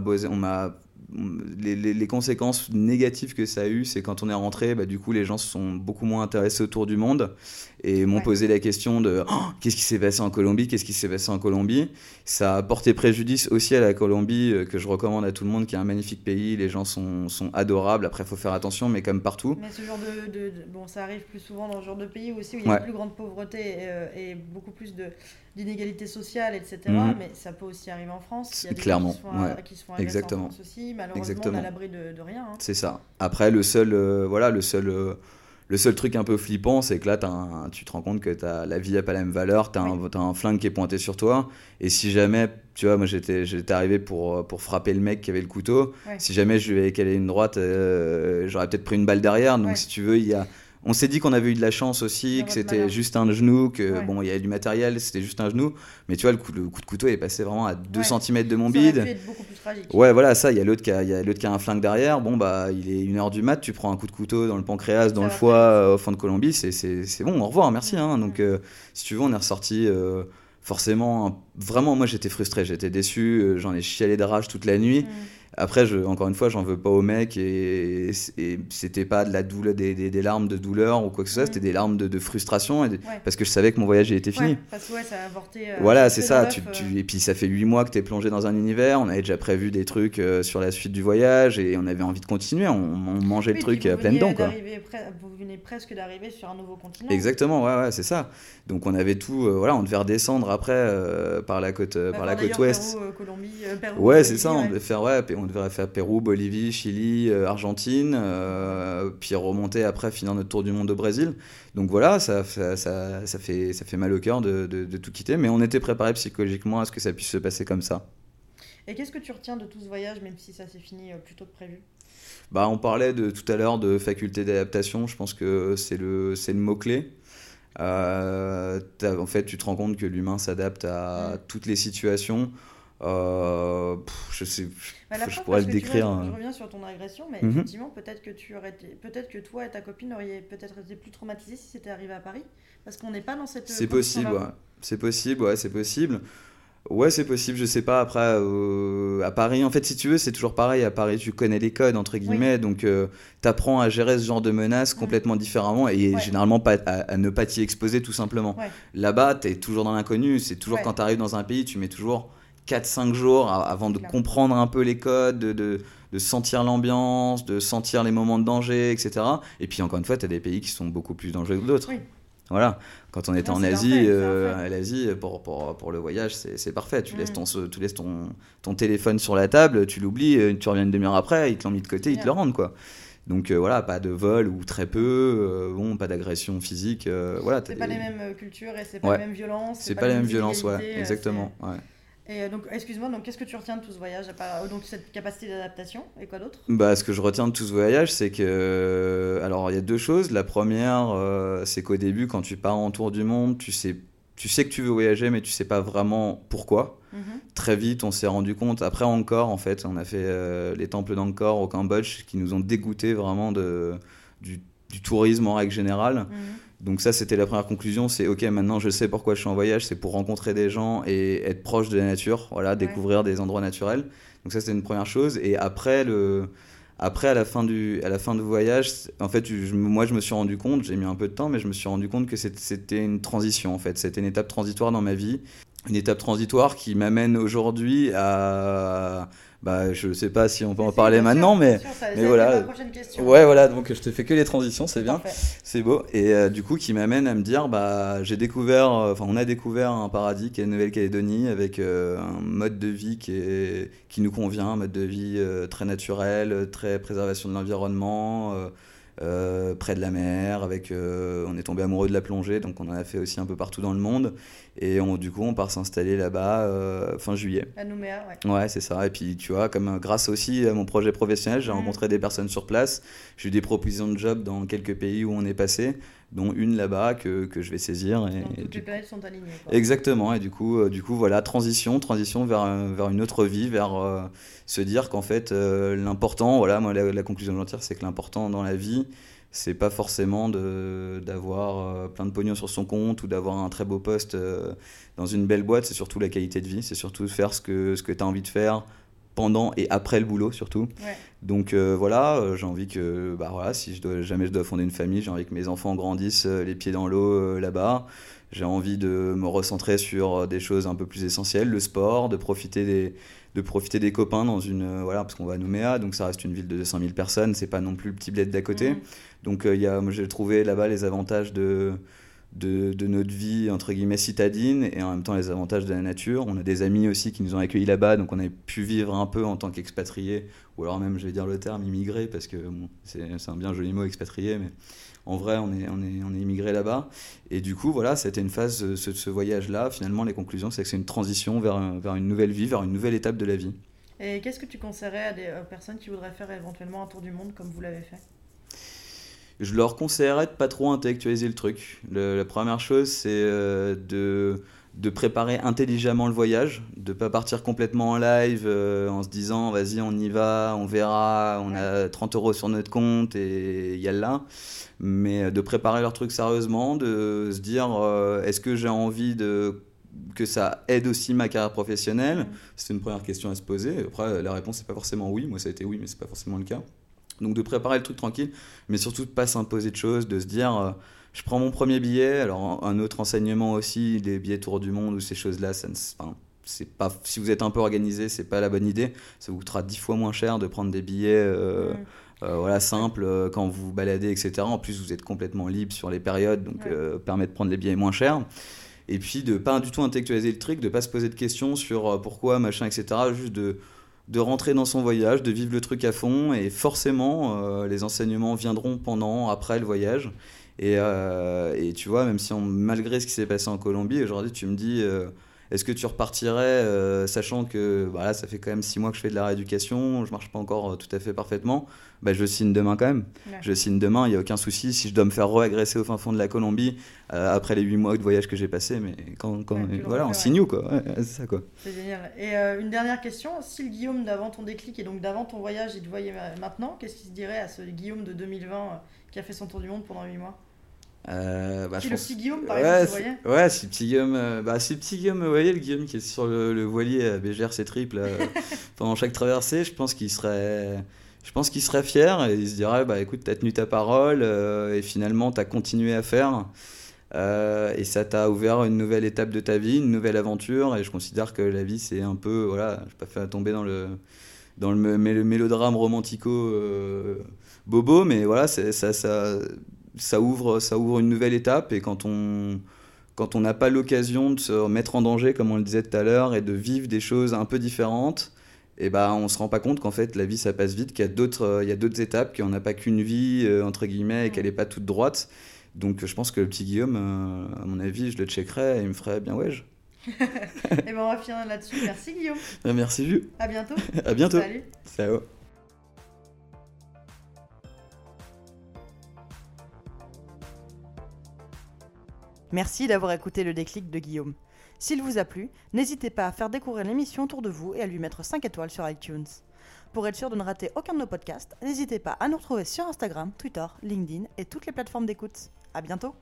les conséquences négatives que ça a eu, c'est quand on est rentré, du coup les gens se sont beaucoup moins intéressés autour du monde et m'ont posé la question de qu'est-ce qui s'est passé en Colombie. Ça a porté préjudice aussi à la Colombie, que je recommande à tout le monde, qui est un magnifique pays. Les gens sont adorables. Après, il faut faire attention, mais comme partout. Mais ce genre ça arrive plus souvent dans ce genre de pays aussi où il y a une plus grande pauvreté et beaucoup plus d'inégalités sociales, etc. Mais ça peut aussi arriver en France. Il y a des Clairement, gens qui se font agresser en France aussi. Malheureusement, on est à l'abri de rien. Hein. C'est ça. Après, le seul truc un peu flippant, c'est que là, tu te rends compte que la vie n'a pas la même valeur, t'as un flingue qui est pointé sur toi, et si jamais, tu vois, moi j'étais arrivé pour frapper le mec qui avait le couteau, si jamais je lui avais calé une droite, j'aurais peut-être pris une balle derrière, donc si tu veux, on s'est dit qu'on avait eu de la chance aussi, que c'était juste un genou, il y avait du matériel, c'était juste un genou, mais tu vois, le coup de couteau est passé vraiment à 2 cm de mon bide. Ça aurait pu être beaucoup plus tragique. Ouais, voilà, ça, il y a l'autre qui a un flingue derrière, il est 1h du mat, tu prends un coup de couteau dans le pancréas, dans le foie, au fond de Colombie, c'est bon, au revoir, merci. Donc, si tu veux, on est ressorti... forcément, vraiment, moi j'étais frustré, j'étais déçu, j'en ai chialé de rage toute la nuit. Après, encore une fois, j'en veux pas au mec et c'était pas de la douleur, des larmes de douleur ou quoi que ce soit, c'était des larmes de frustration parce que je savais que mon voyage était fini. Ouais, parce que ça a avorté. Voilà, c'est ça. Et puis ça fait 8 mois que t'es plongé dans un univers, on avait déjà prévu des trucs sur la suite du voyage et on avait envie de continuer, on mangeait le truc à pleines dents, quoi. Vous venez presque d'arriver sur un nouveau continent. Exactement, ouais, c'est ça. Donc on avait tout, on devait redescendre après par la côte ouest. Pérou, Colombie, Pérou, ouais, Bolivie, c'est ça, on devrait faire Pérou, Bolivie, Chili, Argentine, puis remonter après, finir notre tour du monde au Brésil. Donc voilà, ça fait mal au cœur de tout quitter, mais on était préparé psychologiquement à ce que ça puisse se passer comme ça. Et qu'est-ce que tu retiens de tout ce voyage, même si ça s'est fini plus tôt que prévu ? On parlait tout à l'heure de faculté d'adaptation, je pense que c'est le mot-clé. En fait, tu te rends compte que l'humain s'adapte à toutes les situations. Je pourrais le décrire. Je reviens sur ton agression, mais effectivement, peut-être que toi et ta copine auriez peut-être été plus traumatisés si c'était arrivé à Paris, parce qu'on n'est pas dans cette. C'est possible, ouais. C'est possible. Ouais, c'est possible, je sais pas. Après, à Paris, en fait, si tu veux, c'est toujours pareil. À Paris, tu connais les codes, entre guillemets, donc t'apprends à gérer ce genre de menaces complètement différemment et généralement à ne pas t'y exposer, tout simplement. Ouais. Là-bas, t'es toujours dans l'inconnu. C'est toujours quand t'arrives dans un pays, tu mets toujours 4-5 jours avant de comprendre un peu les codes, de sentir l'ambiance, de sentir les moments de danger, etc. Et puis, encore une fois, t'as des pays qui sont beaucoup plus dangereux que d'autres. Oui. Voilà, quand on était en Asie, l'Asie, pour le voyage, c'est parfait. Tu laisses ton téléphone sur la table, tu l'oublies, tu reviens une demi-heure après, ils te l'ont mis de côté, ils te le rendent, quoi. Donc voilà, pas de vol ou très peu, pas d'agression physique. C'est pas les mêmes cultures et c'est pas les mêmes violences. C'est pas les mêmes violences, exactement. Et donc, excuse-moi, donc qu'est-ce que tu retiens de tout ce voyage, à part donc cette capacité d'adaptation, et quoi d'autre ? Ce que je retiens de tout ce voyage, c'est que, alors il y a deux choses. La première, c'est qu'au début, quand tu pars en tour du monde, tu sais que tu veux voyager, mais tu sais pas vraiment pourquoi. Très vite, on s'est rendu compte. Après Angkor, en fait, on a fait les temples d'Angkor au Cambodge, qui nous ont dégoûtés vraiment du tourisme en règle générale. Donc ça, c'était la première conclusion, c'est ok, maintenant je sais pourquoi je suis en voyage, c'est pour rencontrer des gens et être proche de la nature, découvrir des endroits naturels. Donc ça, c'était une première chose. Et après, à la fin du voyage, en fait, moi je me suis rendu compte, j'ai mis un peu de temps, mais je me suis rendu compte que c'était une transition, en fait. C'était une étape transitoire dans ma vie. Une étape transitoire qui m'amène aujourd'hui à... je sais pas si on peut en parler maintenant, mais voilà. Ma prochaine question. Ouais, voilà, donc je te fais que les transitions, c'est bien. Parfait. C'est beau. Et du coup, qui m'amène à me dire, on a découvert un paradis qui est la Nouvelle-Calédonie avec un mode de vie qui nous convient, un mode de vie très naturel, très préservation de l'environnement, près de la mer, on est tombé amoureux de la plongée, donc on en a fait aussi un peu partout dans le monde. Et du coup, on part s'installer là-bas fin juillet. À Nouméa, Ouais, c'est ça. Et puis, tu vois, grâce aussi à mon projet professionnel, j'ai rencontré des personnes sur place. J'ai eu des propositions de job dans quelques pays où on est passé, dont une là-bas que je vais saisir. Donc, toutes les planètes sont alignées, quoi. Exactement. Et du coup, voilà, transition vers une autre vie, vers se dire qu'en fait, l'important, voilà, moi, la conclusion que j'en tire, c'est que l'important dans la vie, c'est pas forcément d'avoir plein de pognon sur son compte ou d'avoir un très beau poste dans une belle boîte, c'est surtout la qualité de vie, c'est surtout faire ce que tu as envie de faire pendant et après le boulot surtout. Ouais. Donc j'ai envie que si jamais je dois fonder une famille, j'ai envie que mes enfants grandissent les pieds dans l'eau là-bas. J'ai envie de me recentrer sur des choses un peu plus essentielles, le sport, de profiter des copains dans parce qu'on va à Nouméa, donc ça reste une ville de 200 000 personnes, c'est pas non plus le petit bled d'à côté. Donc moi j'ai trouvé là-bas les avantages de notre vie entre guillemets citadine et en même temps les avantages de la nature. On a des amis aussi qui nous ont accueillis là-bas, donc on a pu vivre un peu en tant qu'expatriés, ou alors même je vais dire le terme immigré, parce que c'est un bien joli mot expatrié, mais en vrai on est immigré là-bas. Et du coup voilà, c'était une phase de ce voyage-là. Finalement les conclusions, c'est que c'est une transition vers une nouvelle vie, vers une nouvelle étape de la vie. Et qu'est-ce que tu conseillerais à des personnes qui voudraient faire éventuellement un tour du monde comme vous l'avez fait ? Je leur conseillerais de pas trop intellectualiser le truc. La première chose, c'est de préparer intelligemment le voyage, de pas partir complètement en live en se disant vas-y on y va, on verra, on a 30 € sur notre compte et yallah. Mais de préparer leur truc sérieusement, de se dire est-ce que j'ai envie de que ça aide aussi ma carrière professionnelle? C'est une première question à se poser. Après, la réponse, c'est pas forcément oui. Moi, ça a été oui, mais c'est pas forcément le cas. Donc, de préparer le truc tranquille, mais surtout de pas s'imposer de choses, de se dire, je prends mon premier billet. Alors, un autre enseignement aussi, les billets tour du monde ou ces choses-là, c'est pas, si vous êtes un peu organisé, c'est pas la bonne idée. Ça vous coûtera 10 fois moins cher de prendre des billets simples quand vous vous baladez, etc. En plus, vous êtes complètement libre sur les périodes, donc permet de prendre les billets moins chers. Et puis de pas du tout intellectualiser le truc, de pas se poser de questions sur pourquoi, machin, etc. Juste de rentrer dans son voyage, de vivre le truc à fond. Et forcément, les enseignements viendront pendant, après le voyage. Et tu vois, même si malgré ce qui s'est passé en Colombie, aujourd'hui, tu me dis... est-ce que tu repartirais, sachant que là, ça fait quand même 6 mois que je fais de la rééducation, je marche pas encore tout à fait parfaitement, je signe demain quand même. Ouais. Je signe demain, il n'y a aucun souci. Si je dois me faire re-agresser au fin fond de la Colombie, après les 8 mois de voyage que j'ai passé, mais on signe où, quoi. Ouais, c'est ça, quoi. C'est génial. Et une dernière question, si le Guillaume d'avant ton déclic et donc d'avant ton voyage, il te voyait maintenant, qu'est-ce qu'il se dirait à ce Guillaume de 2020 qui a fait son tour du monde pendant 8 mois? Le petit Guillaume, par exemple, tu voyais? Ouais, si le petit Guillaume me voyait, le Guillaume qui est sur le voilier à BGRC triple pendant chaque traversée, je pense qu'il serait fier et il se dirait écoute, t'as tenu ta parole et finalement t'as continué à faire et ça t'a ouvert une nouvelle étape de ta vie, une nouvelle aventure. Et je considère que la vie, c'est un peu, je vais pas faire tomber dans le mélodrame romantico bobo, mais voilà, ça ouvre une nouvelle étape. Et quand on n'a pas l'occasion de se mettre en danger, comme on le disait tout à l'heure, et de vivre des choses un peu différentes, on se rend pas compte qu'en fait la vie ça passe vite, qu'il y a d'autres étapes, qu'on n'a pas qu'une vie entre guillemets et qu'elle est pas toute droite. Donc je pense que le petit Guillaume, à mon avis, je le checkerais et il me ferait bien ouais. Et on va finir là-dessus. Merci Guillaume. Merci Jules. À bientôt. À bientôt. Salut. Ciao. Merci d'avoir écouté le déclic de Guillaume. S'il vous a plu, n'hésitez pas à faire découvrir l'émission autour de vous et à lui mettre 5 étoiles sur iTunes. Pour être sûr de ne rater aucun de nos podcasts, n'hésitez pas à nous retrouver sur Instagram, Twitter, LinkedIn et toutes les plateformes d'écoute. À bientôt.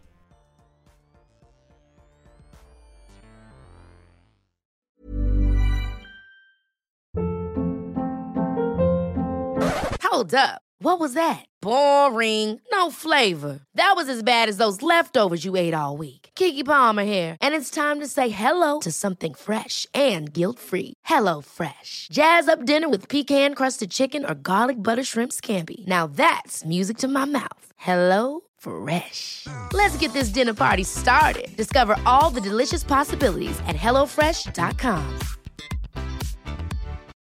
Hold up. What was that? Boring. No flavor. That was as bad as those leftovers you ate all week. Keke Palmer here, and it's time to say hello to something fresh and guilt-free. HelloFresh. Jazz up dinner with pecan-crusted chicken or garlic butter shrimp scampi. Now that's music to my mouth. HelloFresh. Let's get this dinner party started. Discover all the delicious possibilities at HelloFresh.com.